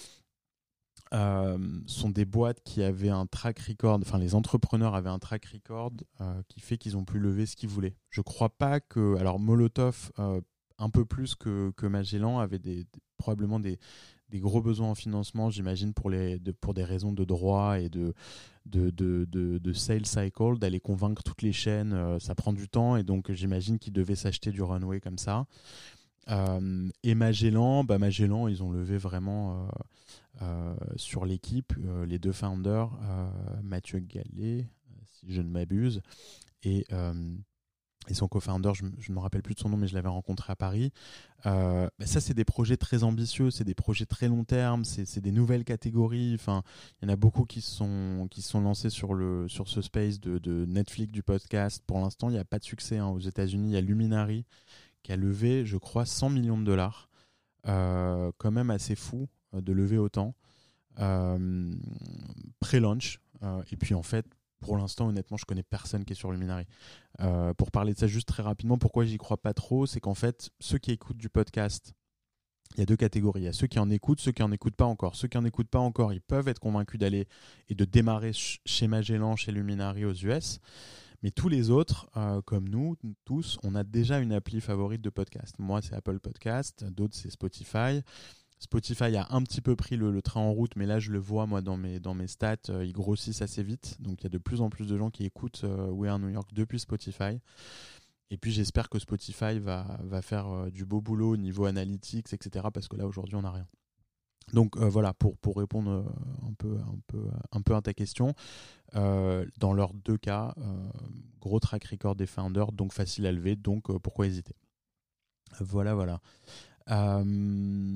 euh, sont des boîtes qui avaient un track record, enfin les entrepreneurs avaient un track record euh, qui fait qu'ils ont pu lever ce qu'ils voulaient. Je crois pas que, alors Molotov, euh, un peu plus que, que Magellan, avait des, des, probablement des des gros besoins en financement, j'imagine, pour, les, de, pour des raisons de droit et de, de, de, de, de sales cycle, d'aller convaincre toutes les chaînes, euh, ça prend du temps, et donc j'imagine qu'ils devaient s'acheter du runway comme ça. Euh, et Magellan, bah Magellan, ils ont levé vraiment euh, euh, sur l'équipe, euh, les deux founders, euh, Mathieu Gallet, si je ne m'abuse, et... Euh, et son co-founder, je ne me rappelle plus de son nom, mais je l'avais rencontré à Paris. Euh, bah ça, c'est des projets très ambitieux, c'est des projets très long terme, c'est, c'est des nouvelles catégories. Enfin, il y en a beaucoup qui sont, qui sont lancés sur, le, sur ce space de, de Netflix, du podcast. Pour l'instant, il n'y a pas de succès. Hein. Aux États-Unis, il y a Luminary qui a levé, je crois, cent millions de dollars. Euh, quand même assez fou euh, de lever autant. Euh, pré-launch. Euh, et puis, en fait, pour l'instant, honnêtement, je connais personne qui est sur Luminary. Euh, pour parler de ça juste très rapidement, pourquoi j'y crois pas trop, c'est qu'en fait, ceux qui écoutent du podcast, il y a deux catégories. Il y a ceux qui en écoutent, ceux qui en écoutent pas encore. Ceux qui en écoutent pas encore, ils peuvent être convaincus d'aller et de démarrer chez Magellan, chez Luminary aux U S. Mais tous les autres, euh, comme nous, tous, on a déjà une appli favorite de podcast. Moi, c'est Apple Podcast, d'autres, c'est Spotify. Spotify a un petit peu pris le, le train en route, mais là je le vois moi dans mes, dans mes stats, euh, ils grossissent assez vite, donc il y a de plus en plus de gens qui écoutent euh, We Are New York depuis Spotify. Et puis j'espère que Spotify va, va faire euh, du beau boulot au niveau analytics, et cetera, parce que là aujourd'hui on n'a rien. Donc euh, voilà, pour, pour répondre euh, un, peu, un, peu, un peu à ta question, euh, dans leurs deux cas, euh, gros track record des founders, donc facile à lever, donc euh, pourquoi hésiter? Voilà, voilà. Euh,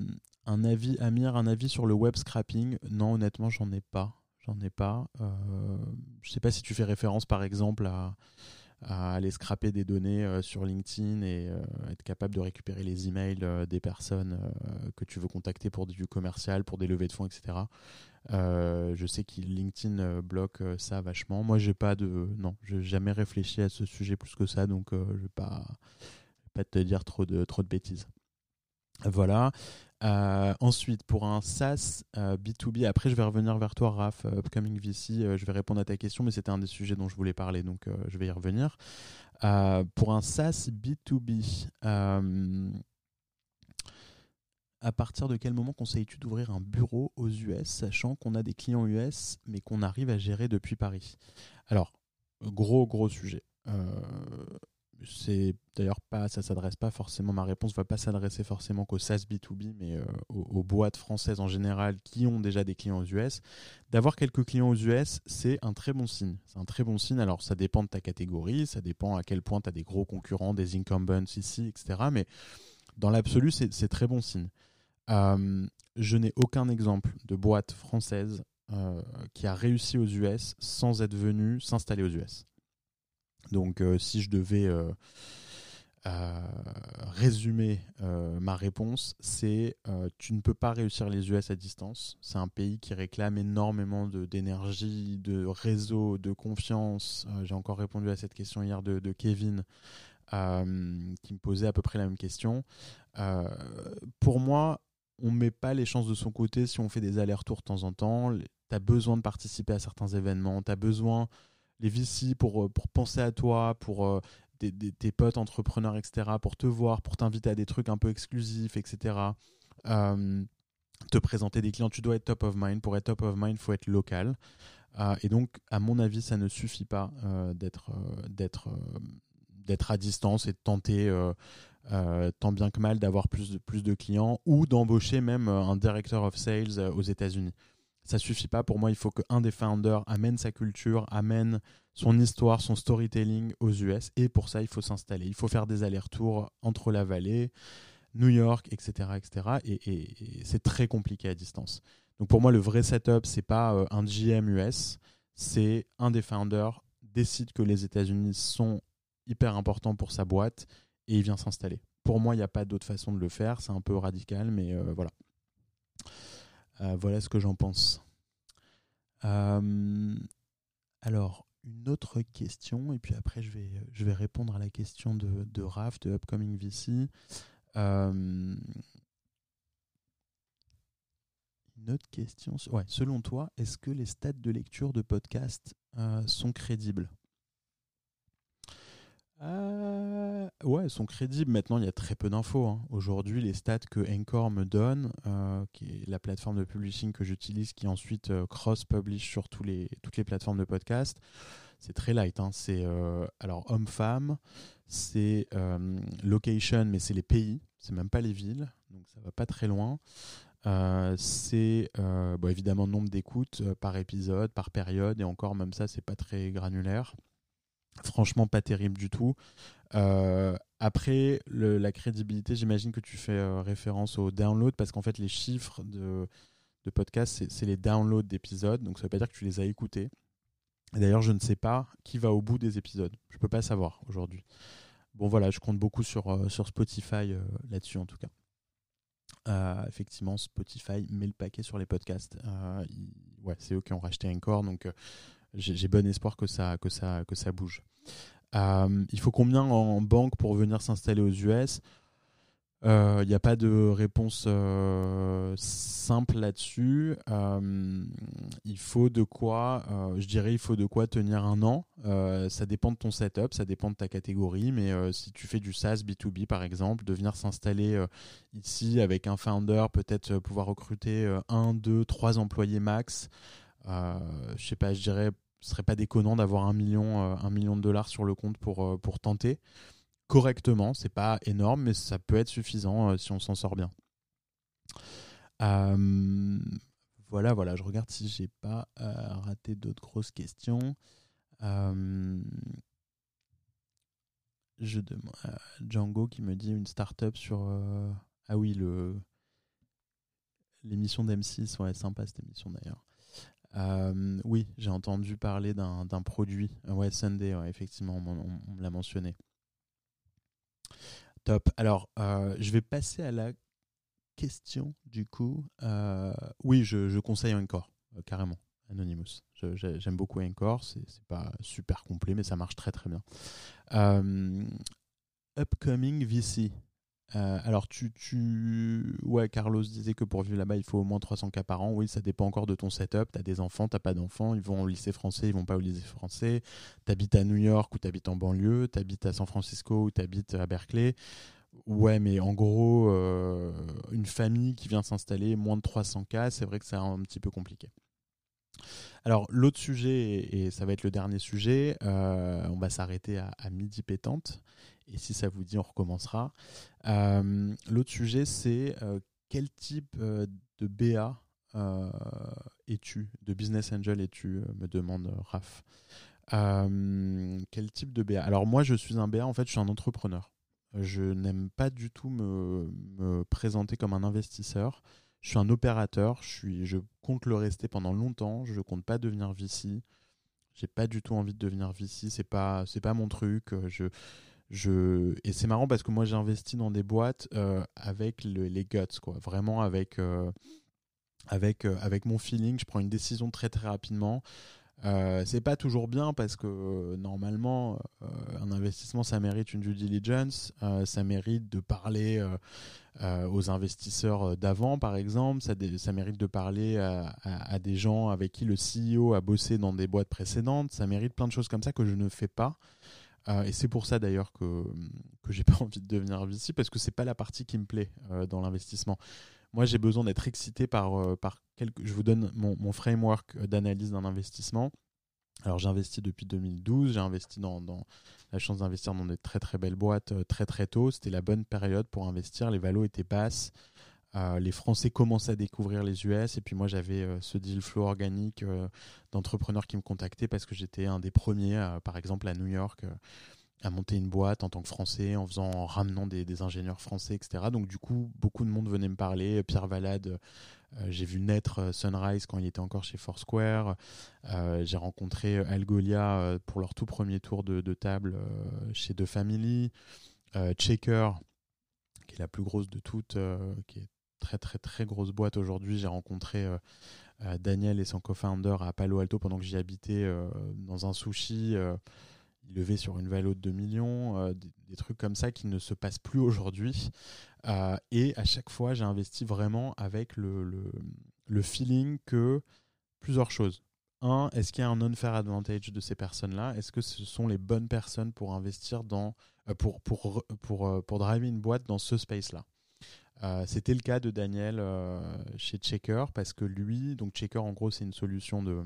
Un avis, Amir, un avis sur le web scrapping? Non, honnêtement, j'en ai pas. J'en ai pas. Euh, je sais pas si tu fais référence, par exemple, à, à aller scraper des données euh, sur LinkedIn et euh, être capable de récupérer les emails euh, des personnes euh, que tu veux contacter pour du commercial, pour des levées de fonds, et cetera. Euh, je sais que LinkedIn euh, bloque euh, ça vachement. Moi, j'ai pas de, non, j'ai jamais réfléchi à ce sujet plus que ça, donc euh, je vais pas, je vais pas te dire trop de, trop de bêtises. Voilà. Euh, ensuite, pour un SaaS euh, B deux B, après je vais revenir vers toi, Raph, euh, Upcoming V C, euh, je vais répondre à ta question, mais c'était un des sujets dont je voulais parler, donc euh, je vais y revenir. Euh, pour un SaaS B deux B, euh, à partir de quel moment conseilles-tu d'ouvrir un bureau aux U S, sachant qu'on a des clients U S, mais qu'on arrive à gérer depuis Paris? Alors, gros, gros sujet. Euh, c'est d'ailleurs pas, ça s'adresse pas forcément, ma réponse va pas s'adresser forcément qu'aux SaaS B deux B, mais euh, aux, aux boîtes françaises en général qui ont déjà des clients aux U S. D'avoir quelques clients aux U S, c'est un très bon signe. C'est un très bon signe. Alors, ça dépend de ta catégorie, ça dépend à quel point tu as des gros concurrents, des incumbents ici, et cetera. Mais dans l'absolu, c'est, c'est très bon signe. Euh, je n'ai aucun exemple de boîte française euh, qui a réussi aux U S sans être venue s'installer aux U S. Donc, euh, si je devais euh, euh, résumer euh, ma réponse, c'est euh, tu ne peux pas réussir les U S à distance. C'est un pays qui réclame énormément de, d'énergie, de réseau, de confiance. Euh, j'ai encore répondu à cette question hier de, de Kevin, euh, qui me posait à peu près la même question. Euh, pour moi, on ne met pas les chances de son côté si on fait des allers-retours de temps en temps. Tu as besoin de participer à certains événements, tu as besoin, les V C, pour, pour penser à toi, pour euh, des, des, tes potes entrepreneurs, et cetera, pour te voir, pour t'inviter à des trucs un peu exclusifs, et cetera. Euh, te présenter des clients, tu dois être top of mind. Pour être top of mind, il faut être local. Euh, et donc, à mon avis, ça ne suffit pas euh, d'être, euh, d'être, euh, d'être à distance et de tenter... Euh, Euh, tant bien que mal d'avoir plus de, plus de clients ou d'embaucher même un director of sales aux États-Unis. Ça suffit pas. Pour moi, il faut qu'un des founders amène sa culture, amène son histoire, son storytelling aux U S, et pour ça, il faut s'installer. Il faut faire des allers-retours entre la vallée, New York, et cetera, et cetera. Et, et, et c'est très compliqué à distance. Donc pour moi, le vrai setup, c'est pas euh, un G M U S, c'est un des founders décide que les États-Unis sont hyper importants pour sa boîte et il vient s'installer. Pour moi, il n'y a pas d'autre façon de le faire. C'est un peu radical, mais euh, voilà. Euh, voilà ce que j'en pense. Euh, alors, une autre question, et puis après, je vais, je vais répondre à la question de, de Raph, de Upcoming V C. Euh, une autre question. Ouais, selon toi, est-ce que les stats de lecture de podcast euh, sont crédibles ? Euh, ouais, elles sont crédibles. Maintenant, il y a très peu d'infos. Hein. Aujourd'hui, les stats que Anchor me donne, euh, qui est la plateforme de publishing que j'utilise, qui ensuite euh, cross-publish sur tous les, toutes les plateformes de podcast, c'est très light. Hein. C'est euh, alors homme-femme, c'est euh, location, mais c'est les pays, c'est même pas les villes, donc ça va pas très loin. Euh, c'est euh, bon, évidemment nombre d'écoutes euh, par épisode, par période, et encore même ça, c'est pas très granulaire. Franchement, pas terrible du tout. Euh, après, le, la crédibilité, j'imagine que tu fais euh, référence au download, parce qu'en fait, les chiffres de, de podcast, c'est, c'est les downloads d'épisodes, donc ça ne veut pas dire que tu les as écoutés. Et d'ailleurs, je ne sais pas qui va au bout des épisodes. Je ne peux pas savoir aujourd'hui. Bon, voilà, je compte beaucoup sur, euh, sur Spotify euh, là-dessus, en tout cas. Euh, effectivement, Spotify met le paquet sur les podcasts. Euh, ils, ouais, c'est eux qui ont racheté Anchor, donc... Euh, J'ai, j'ai bon espoir que ça, que ça, que ça bouge. Euh, il faut combien en banque pour venir s'installer aux U S ? Il euh, n'y a pas de réponse euh, simple là-dessus. Euh, il faut de quoi, euh, je dirais, il faut de quoi tenir un an. Euh, ça dépend de ton setup, ça dépend de ta catégorie. Mais euh, si tu fais du SaaS B deux B par exemple, de venir s'installer euh, ici avec un founder, peut-être pouvoir recruter euh, un, deux, trois employés max. Euh, je sais pas, je dirais, ce serait pas déconnant d'avoir un million, euh, un million de dollars sur le compte pour, euh, pour tenter correctement. C'est pas énorme, mais ça peut être suffisant euh, si on s'en sort bien. Euh, voilà, voilà, je regarde si j'ai pas euh, raté d'autres grosses questions. Euh, je demande euh, Django qui me dit une startup sur euh, ah oui le l'émission d'M six, ouais, sympa cette émission d'ailleurs. Euh, oui, j'ai entendu parler d'un, d'un produit. Ouais, Sunday, ouais, effectivement, on, on, on me l'a mentionné. Top. Alors, euh, je vais passer à la question, du coup. Euh, oui, je, je conseille Encore, euh, carrément, Anonymous. Je, je, j'aime beaucoup Encore, c'est, c'est pas super complet, mais ça marche très très bien. Euh, upcoming V C. Euh, alors, tu, tu... Ouais, Carlos disait que pour vivre là-bas, il faut au moins trois cents cas par an. Oui, ça dépend encore de ton setup. Tu as des enfants, tu n'as pas d'enfants. Ils vont au lycée français, ils vont pas au lycée français. Tu habites à New York ou tu habites en banlieue. Tu habites à San Francisco ou tu habites à Berkeley. Ouais, mais en gros, euh, une famille qui vient s'installer, moins de trois cents cas, c'est vrai que c'est un petit peu compliqué. Alors, l'autre sujet, et ça va être le dernier sujet, euh, on va s'arrêter à, à midi pétante. Et si ça vous dit, on recommencera. Euh, l'autre sujet, c'est euh, quel type euh, de B A euh, es-tu, de business angel es-tu, euh, me demande euh, Raph. Euh, quel type de B A? Alors moi, je suis un B A, en fait, je suis un entrepreneur. Je n'aime pas du tout me, me présenter comme un investisseur. Je suis un opérateur, je, suis, je compte le rester pendant longtemps, je ne compte pas devenir V C. J'ai pas du tout envie de devenir V C, c'est pas, c'est pas mon truc. Je... Je... Et c'est marrant parce que moi j'ai investi dans des boîtes euh, avec le, les guts, quoi. Vraiment avec, euh, avec, euh, avec mon feeling, je prends une décision très très rapidement. Euh, c'est pas toujours bien parce que euh, normalement euh, un investissement ça mérite une due diligence, euh, ça mérite de parler euh, euh, aux investisseurs d'avant par exemple, ça, dé- ça mérite de parler à, à, à des gens avec qui le C E O a bossé dans des boîtes précédentes, ça mérite plein de choses comme ça que je ne fais pas. Euh, et c'est pour ça d'ailleurs que que j'ai pas envie de devenir V C parce que c'est pas la partie qui me plaît euh, dans l'investissement. Moi, j'ai besoin d'être excité par euh, par quelque. Je vous donne mon mon framework d'analyse d'un investissement. Alors, j'ai investi depuis deux mille douze. J'ai investi dans dans la chance d'investir dans des très très belles boîtes euh, très très tôt. C'était la bonne période pour investir. Les valos étaient basses. Euh, les Français commençaient à découvrir les U S et puis moi j'avais euh, ce deal flow organique euh, d'entrepreneurs qui me contactaient parce que j'étais un des premiers, euh, par exemple à New York, euh, à monter une boîte en tant que Français, en faisant, en ramenant des, des ingénieurs français, et cetera. Donc du coup, beaucoup de monde venait me parler. Pierre Valade, euh, j'ai vu naître euh, Sunrise quand il était encore chez Foursquare. Euh, j'ai rencontré Algolia euh, pour leur tout premier tour de, de table euh, chez The Family. Euh, Checker, qui est la plus grosse de toutes, euh, qui est très très très grosse boîte aujourd'hui. J'ai rencontré euh, euh, Daniel et son co-founder à Palo Alto pendant que j'y habitais euh, dans un sushi. Euh, il levait sur une valo de deux millions, euh, des, des trucs comme ça qui ne se passent plus aujourd'hui. Euh, et à chaque fois, j'ai investi vraiment avec le, le, le feeling que plusieurs choses. Un, est-ce qu'il y a un unfair advantage de ces personnes-là? Est-ce que ce sont les bonnes personnes pour investir dans, euh, pour, pour, pour, pour, pour driver une boîte dans ce space-là? Euh, c'était le cas de Daniel euh, chez Checker parce que lui, donc Checker en gros c'est une solution de,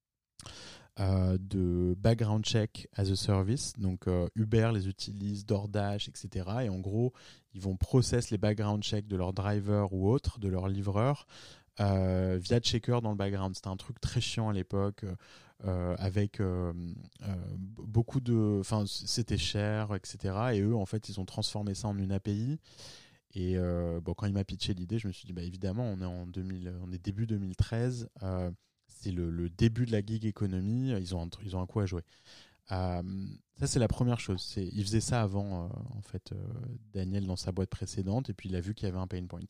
euh, de background check as a service. Donc euh, Uber les utilise, DoorDash, et cetera. Et en gros, ils vont process les background checks de leurs drivers ou autres, de leurs livreurs, euh, via Checker dans le background. C'était un truc très chiant à l'époque. Euh, avec euh, euh, beaucoup de... Enfin, c'était cher, et cetera. Et eux, en fait, ils ont transformé ça en une A P I. Et euh, bon, quand il m'a pitché l'idée, je me suis dit, bah, évidemment, on est en deux mille, on est début deux mille treize, euh, c'est le, le début de la gig economy, ils ont un, ils ont un coup à jouer. Euh, ça, c'est la première chose. C'est, il faisait ça avant, euh, en fait, euh, Daniel dans sa boîte précédente, et puis il a vu qu'il y avait un pain point.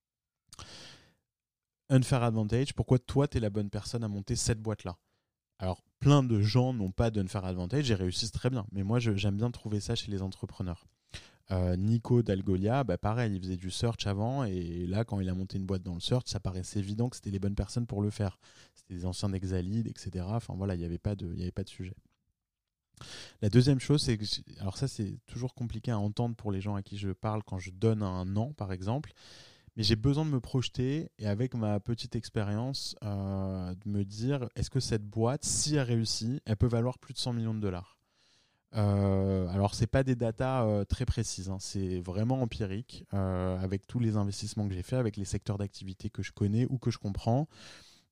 Unfair advantage, pourquoi toi, tu es la bonne personne à monter cette boîte-là? Alors, plein de gens n'ont pas d'unfair advantage et réussissent très bien, mais moi, je, j'aime bien trouver ça chez les entrepreneurs. Euh, Nico d'Algolia, bah pareil, il faisait du search avant et là, quand il a monté une boîte dans le search, ça paraissait évident que c'était les bonnes personnes pour le faire. C'était des anciens d'Exalid, et cetera. Enfin voilà, il n'y avait pas de, il n'y avait pas de sujet. La deuxième chose, c'est que, alors ça, c'est toujours compliqué à entendre pour les gens à qui je parle quand je donne un an, par exemple, mais j'ai besoin de me projeter et avec ma petite expérience, euh, de me dire, est-ce que cette boîte, si elle réussit, elle peut valoir plus de cent millions de dollars? Euh, alors c'est pas des datas euh, très précises, hein, c'est vraiment empirique euh, avec tous les investissements que j'ai fait, avec les secteurs d'activité que je connais ou que je comprends.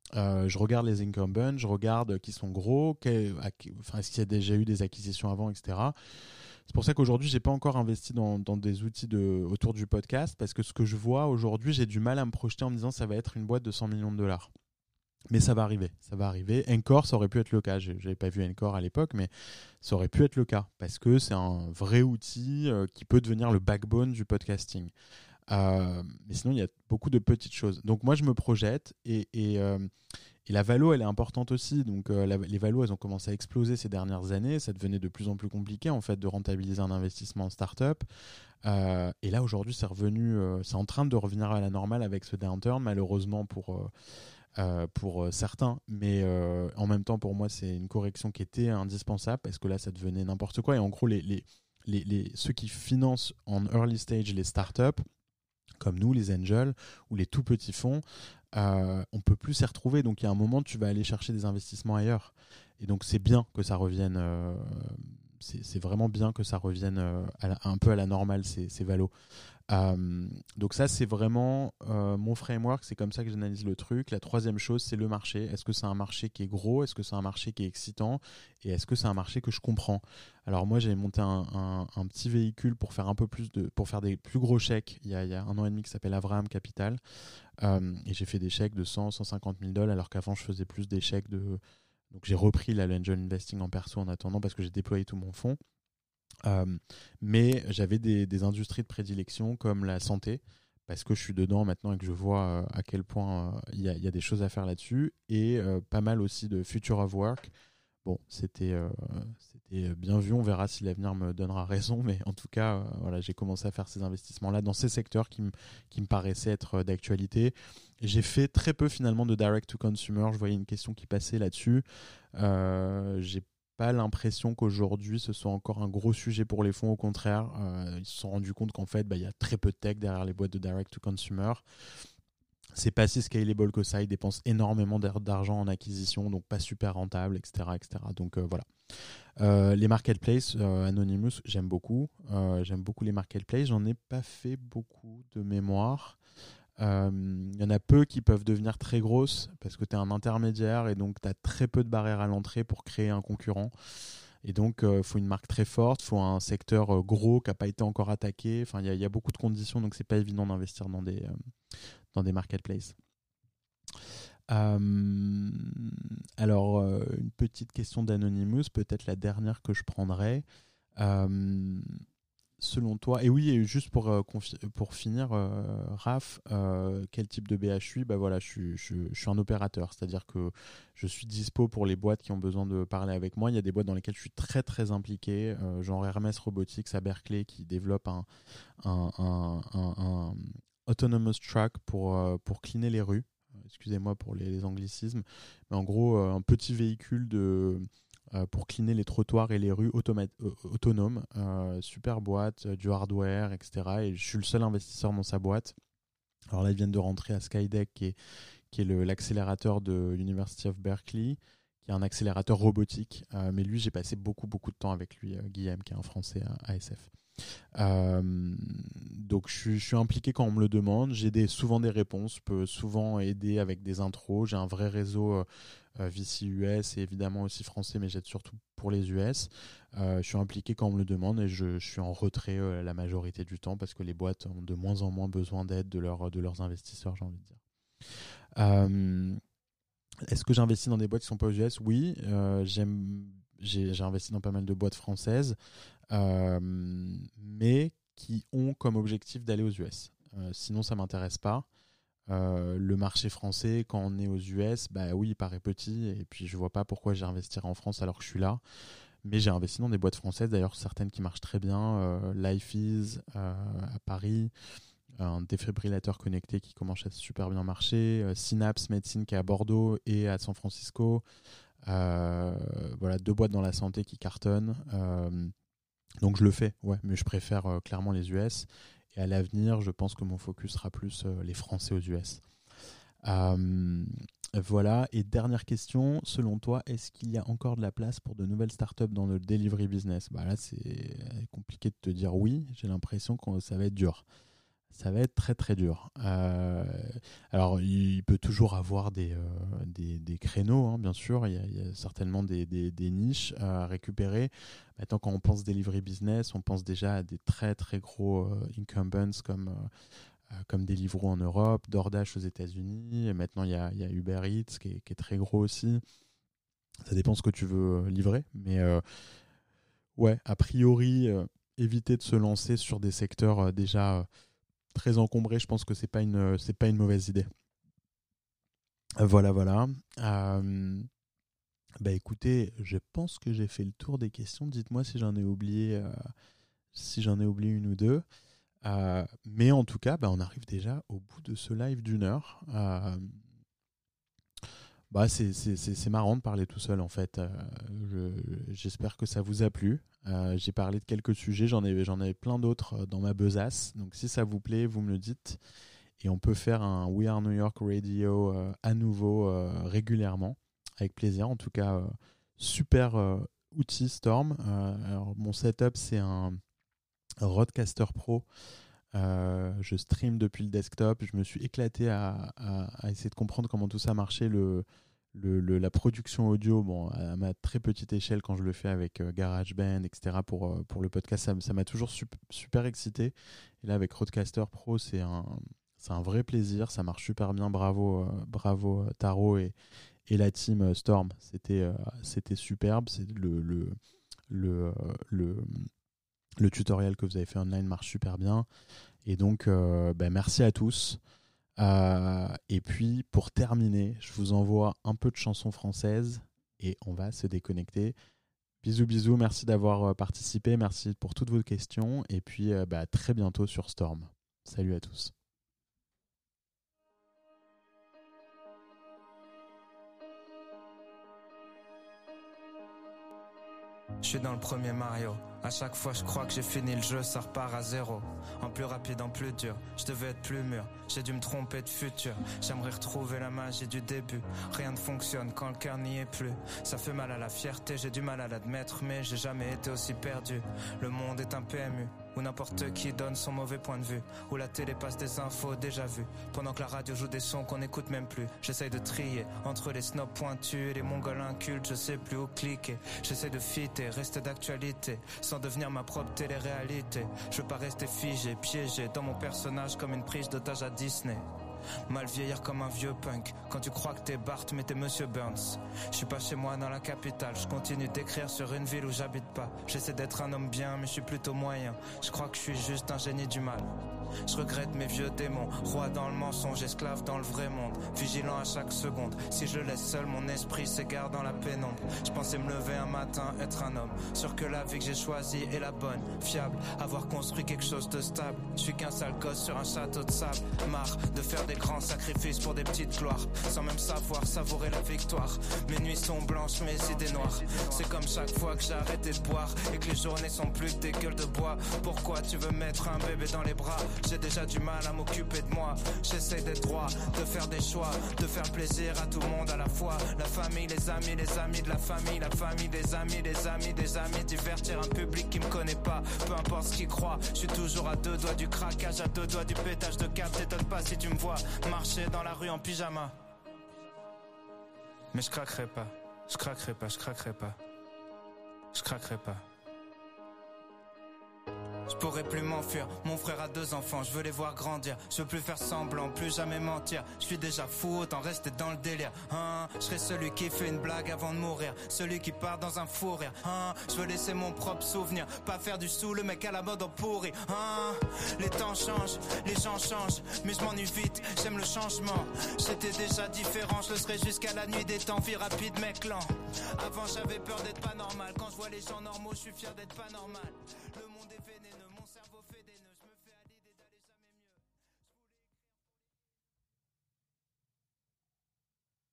Euh, je regarde les incumbents, je regarde qui sont gros, quel, à, enfin, est-ce qu'il y a déjà eu des acquisitions avant, et cetera. C'est pour ça qu'aujourd'hui, je n'ai pas encore investi dans, dans des outils de, autour du podcast, parce que ce que je vois aujourd'hui, j'ai du mal à me projeter en me disant que ça va être une boîte de cent millions de dollars. Mais ça va arriver, ça va arriver. Encore, ça aurait pu être le cas. Je n'avais pas vu Encore à l'époque, mais ça aurait pu être le cas, parce que c'est un vrai outil euh, qui peut devenir le backbone du podcasting. Euh, mais sinon, il y a beaucoup de petites choses. Donc moi, je me projette et, et, euh, et la valo, elle est importante aussi. Donc euh, la, les valos, elles ont commencé à exploser ces dernières années. Ça devenait de plus en plus compliqué en fait de rentabiliser un investissement en start-up. Euh, et là, aujourd'hui, c'est revenu, euh, c'est en train de revenir à la normale avec ce downturn, malheureusement pour euh, euh, pour certains. Mais euh, en même temps, pour moi, c'est une correction qui était indispensable parce que là, ça devenait n'importe quoi. Et en gros, les les les, les ceux qui financent en early stage les start-up, comme nous, les angels ou les tout petits fonds, euh, on ne peut plus s'y retrouver. Donc, il y a un moment, tu vas aller chercher des investissements ailleurs. Et donc, c'est bien que ça revienne. Euh, c'est, c'est vraiment bien que ça revienne euh, à la, un peu à la normale, ces, ces valos. Euh, donc ça, c'est vraiment euh, mon framework. C'est comme ça que j'analyse le truc. La troisième chose, c'est le marché. Est-ce que c'est un marché qui est gros? Est-ce que c'est un marché qui est excitant? Et est-ce que c'est un marché que je comprends? Alors moi, j'avais monté un, un, un petit véhicule pour faire un peu plus de, pour faire des plus gros chèques il y a, il y a un an et demi qui s'appelle Avraham Capital. Euh, et j'ai fait des chèques de cent, cent cinquante mille dollars alors qu'avant je faisais plus des chèques de. Donc j'ai repris la l'angel investing en perso en attendant parce que j'ai déployé tout mon fonds. Euh, mais j'avais des, des industries de prédilection comme la santé, parce que je suis dedans maintenant et que je vois euh, à quel point il euh, y, y a des choses à faire là-dessus, et euh, pas mal aussi de future of work. Bon, c'était, euh, c'était bien vu, on verra si l'avenir me donnera raison, mais en tout cas, euh, voilà, j'ai commencé à faire ces investissements-là dans ces secteurs qui, m- qui me paraissaient être d'actualité. J'ai fait très peu finalement de direct to consumer, je voyais une question qui passait là-dessus. Euh, j'ai pas l'impression qu'aujourd'hui ce soit encore un gros sujet pour les fonds. Au contraire, euh, ils se sont rendus compte qu'en fait, bah, y a très peu de tech derrière les boîtes de direct to consumer. C'est pas si scalable que ça. Ils dépensent énormément d'argent en acquisition, donc pas super rentable, et cetera, et cetera. Donc euh, voilà. Euh, les marketplaces, euh, Anonymous, j'aime beaucoup. Euh, j'aime beaucoup les marketplaces. J'en ai pas fait beaucoup de mémoire. Il euh, y en a peu qui peuvent devenir très grosses parce que tu es un intermédiaire et donc tu as très peu de barrières à l'entrée pour créer un concurrent. Et donc, il euh, faut une marque très forte, il faut un secteur euh, gros qui n'a pas été encore attaqué. Enfin, il y, y a beaucoup de conditions, donc c'est pas évident d'investir dans des, euh, dans des marketplaces. Euh, alors, euh, une petite question d'Anonymous, peut-être la dernière que je prendrai. Euh, Selon toi, et oui, et juste pour, euh, confi- pour finir, euh, Raph, euh, quel type de B H je suis? Bah voilà, je suis, je, je suis un opérateur, c'est-à-dire que je suis dispo pour les boîtes qui ont besoin de parler avec moi. Il y a des boîtes dans lesquelles je suis très très impliqué, euh, genre Hermès Robotics à Berkeley qui développe un, un, un, un, un autonomous truck pour, euh, pour cleaner les rues. Excusez-moi pour les, les anglicismes, mais en gros, euh, un petit véhicule de Euh, pour cleaner les trottoirs et les rues automa- euh, autonomes. Euh, super boîte, euh, du hardware, et cetera. Et je suis le seul investisseur dans sa boîte. Alors là, ils viennent de rentrer à Skydeck, qui est, qui est le, l'accélérateur de University of Berkeley, qui est un accélérateur robotique. Euh, mais lui, j'ai passé beaucoup, beaucoup de temps avec lui, euh, Guillaume, qui est un Français à A S F. Euh, donc je suis, je suis impliqué quand on me le demande, j'ai des, souvent des réponses, je peux souvent aider avec des intros, j'ai un vrai réseau euh, V C U S et évidemment aussi français, mais j'aide surtout pour les U S. Euh, je suis impliqué quand on me le demande et je, je suis en retrait euh, la majorité du temps parce que les boîtes ont de moins en moins besoin d'aide de, leur, de leurs investisseurs, j'ai envie de dire. Euh, est-ce que j'investis dans des boîtes qui ne sont pas aux U S? Oui, euh, j'aime, j'ai, j'ai investi dans pas mal de boîtes françaises. Euh, mais qui ont comme objectif d'aller aux U S. Euh, sinon, ça ne m'intéresse pas. Euh, le marché français, quand on est aux U S, bah oui, il paraît petit, et puis je ne vois pas pourquoi j'investirais en France alors que je suis là. Mais j'ai investi dans des boîtes françaises, d'ailleurs certaines qui marchent très bien. Euh, LifeEase euh, à Paris, un défibrillateur connecté qui commence à super bien marcher. Euh, Synapse Medicine qui est à Bordeaux et à San Francisco. Euh, voilà, deux boîtes dans la santé qui cartonnent. Euh, Donc je le fais, ouais, mais je préfère euh, clairement les U S. Et à l'avenir, je pense que mon focus sera plus euh, les Français aux U S. Euh, voilà. Et dernière question, selon toi, est-ce qu'il y a encore de la place pour de nouvelles startups dans le delivery business? Bah là, c'est compliqué de te dire oui. J'ai l'impression que ça va être dur. ça va être très très dur. Euh, alors il peut toujours avoir des, euh, des, des créneaux, hein, bien sûr, il y a, il y a certainement des, des, des niches à récupérer. Maintenant, quand on pense delivery business, on pense déjà à des très très gros euh, incumbents comme, euh, comme Deliveroo en Europe, DoorDash aux États-Unis, et maintenant il y a, il y a Uber Eats qui est, qui est très gros aussi. Ça dépend ce que tu veux livrer, mais euh, ouais, a priori, euh, éviter de se lancer sur des secteurs euh, déjà euh, très encombrés, je pense que c'est pas une, euh, c'est pas une mauvaise idée. Euh, voilà, voilà. Euh, bah écoutez, je pense que j'ai fait le tour des questions. Dites-moi si j'en ai oublié, euh, si j'en ai oublié une ou deux. Euh, mais en tout cas, bah, on arrive déjà au bout de ce live d'une heure. Euh, Bah, c'est, c'est, c'est, c'est marrant de parler tout seul en fait. Euh, je, j'espère que ça vous a plu. Euh, j'ai parlé de quelques sujets, j'en ai, j'en avais plein d'autres dans ma besace. Donc si ça vous plaît, vous me le dites. Et on peut faire un We Are New York Radio euh, à nouveau euh, régulièrement, avec plaisir. En tout cas, euh, super euh, outil Storm. Euh, alors, mon setup, c'est un Rodecaster Pro. Euh, je stream depuis le desktop. Je me suis éclaté à, à, à essayer de comprendre comment tout ça marchait. Le, le, le, la production audio, bon, à ma très petite échelle, quand je le fais avec euh, GarageBand, et cetera, pour, euh, pour le podcast, ça, ça m'a toujours sup, super excité. Et là, avec Rodecaster Pro, c'est un, c'est un vrai plaisir. Ça marche super bien. Bravo, euh, bravo Taro et, et la team Storm. C'était, euh, c'était superbe. C'est le, le, le, le, le Le tutoriel que vous avez fait online marche super bien. Et donc, euh, ben merci à tous. Euh, et puis, pour terminer, je vous envoie un peu de chansons françaises et on va se déconnecter. Bisous, bisous. Merci d'avoir participé. Merci pour toutes vos questions. Et puis, euh, ben, à très bientôt sur Storm. Salut à tous. Je suis dans le premier Mario. À chaque fois je crois que j'ai fini le jeu, ça repart à zéro. En plus rapide, en plus dur, je devais être plus mûr. J'ai dû me tromper de futur. J'aimerais retrouver la magie du début. Rien ne fonctionne quand le cœur n'y est plus. Ça fait mal à la fierté, j'ai du mal à l'admettre, mais j'ai jamais été aussi perdu. Le monde est un P M U où n'importe qui donne son mauvais point de vue, où la télé passe des infos déjà vues, pendant que la radio joue des sons qu'on n'écoute même plus. J'essaye de trier entre les snobs pointus et les mongols incultes. Je sais plus où cliquer. J'essaie de fitter, rester d'actualité, sans devenir ma propre télé-réalité. Je veux pas rester figé, piégé dans mon personnage comme une prise d'otage à Disney. Mal vieillir comme un vieux punk. Quand tu crois que t'es Bart mais t'es Monsieur Burns. Je suis pas chez moi dans la capitale. Je continue d'écrire sur une ville où j'habite pas. J'essaie d'être un homme bien mais je suis plutôt moyen. Je crois que je suis juste un génie du mal. Je regrette mes vieux démons. Roi dans le mensonge, esclave dans le vrai monde. Vigilant à chaque seconde. Si je laisse seul, mon esprit s'égare dans la pénombre. Je pensais me lever un matin, être un homme. Sûr que la vie que j'ai choisie est la bonne. Fiable, avoir construit quelque chose de stable. Je suis qu'un sale gosse sur un château de sable. Marre de faire des grands sacrifices pour des petites gloires. Sans même savoir savourer la victoire. Mes nuits sont blanches, mes idées noires. C'est comme chaque fois que j'ai arrêté de boire et que les journées sont plus que des gueules de bois. Pourquoi tu veux mettre un bébé dans les bras? J'ai déjà du mal à m'occuper de moi. J'essaie d'être droit, de faire des choix, de faire plaisir à tout le monde à la fois. La famille, les amis, les amis de la famille, la famille, des amis, des amis, des amis. Divertir un public qui me connaît pas, peu importe ce qu'il croit. Je suis toujours à deux doigts du craquage, à deux doigts du pétage de câble. T'étonnes pas si tu me vois marcher dans la rue en pyjama. Mais je craquerai pas, je craquerai pas, je craquerai pas, je craquerai pas. Je pourrais plus m'enfuir, mon frère a deux enfants, je veux les voir grandir. Je veux plus faire semblant, plus jamais mentir. Je suis déjà fou, autant rester dans le délire. Hein, je serai celui qui fait une blague avant de mourir, celui qui part dans un fou rire. Hein, je veux laisser mon propre souvenir, pas faire du sous, le mec à la mode en pourri. Hein, les temps changent, les gens changent, mais je m'ennuie vite, j'aime le changement. J'étais déjà différent, je le serai jusqu'à la nuit des temps. Vie rapide, mec lent. Avant j'avais peur d'être pas normal, quand je vois les gens normaux, je suis fier d'être pas normal. Le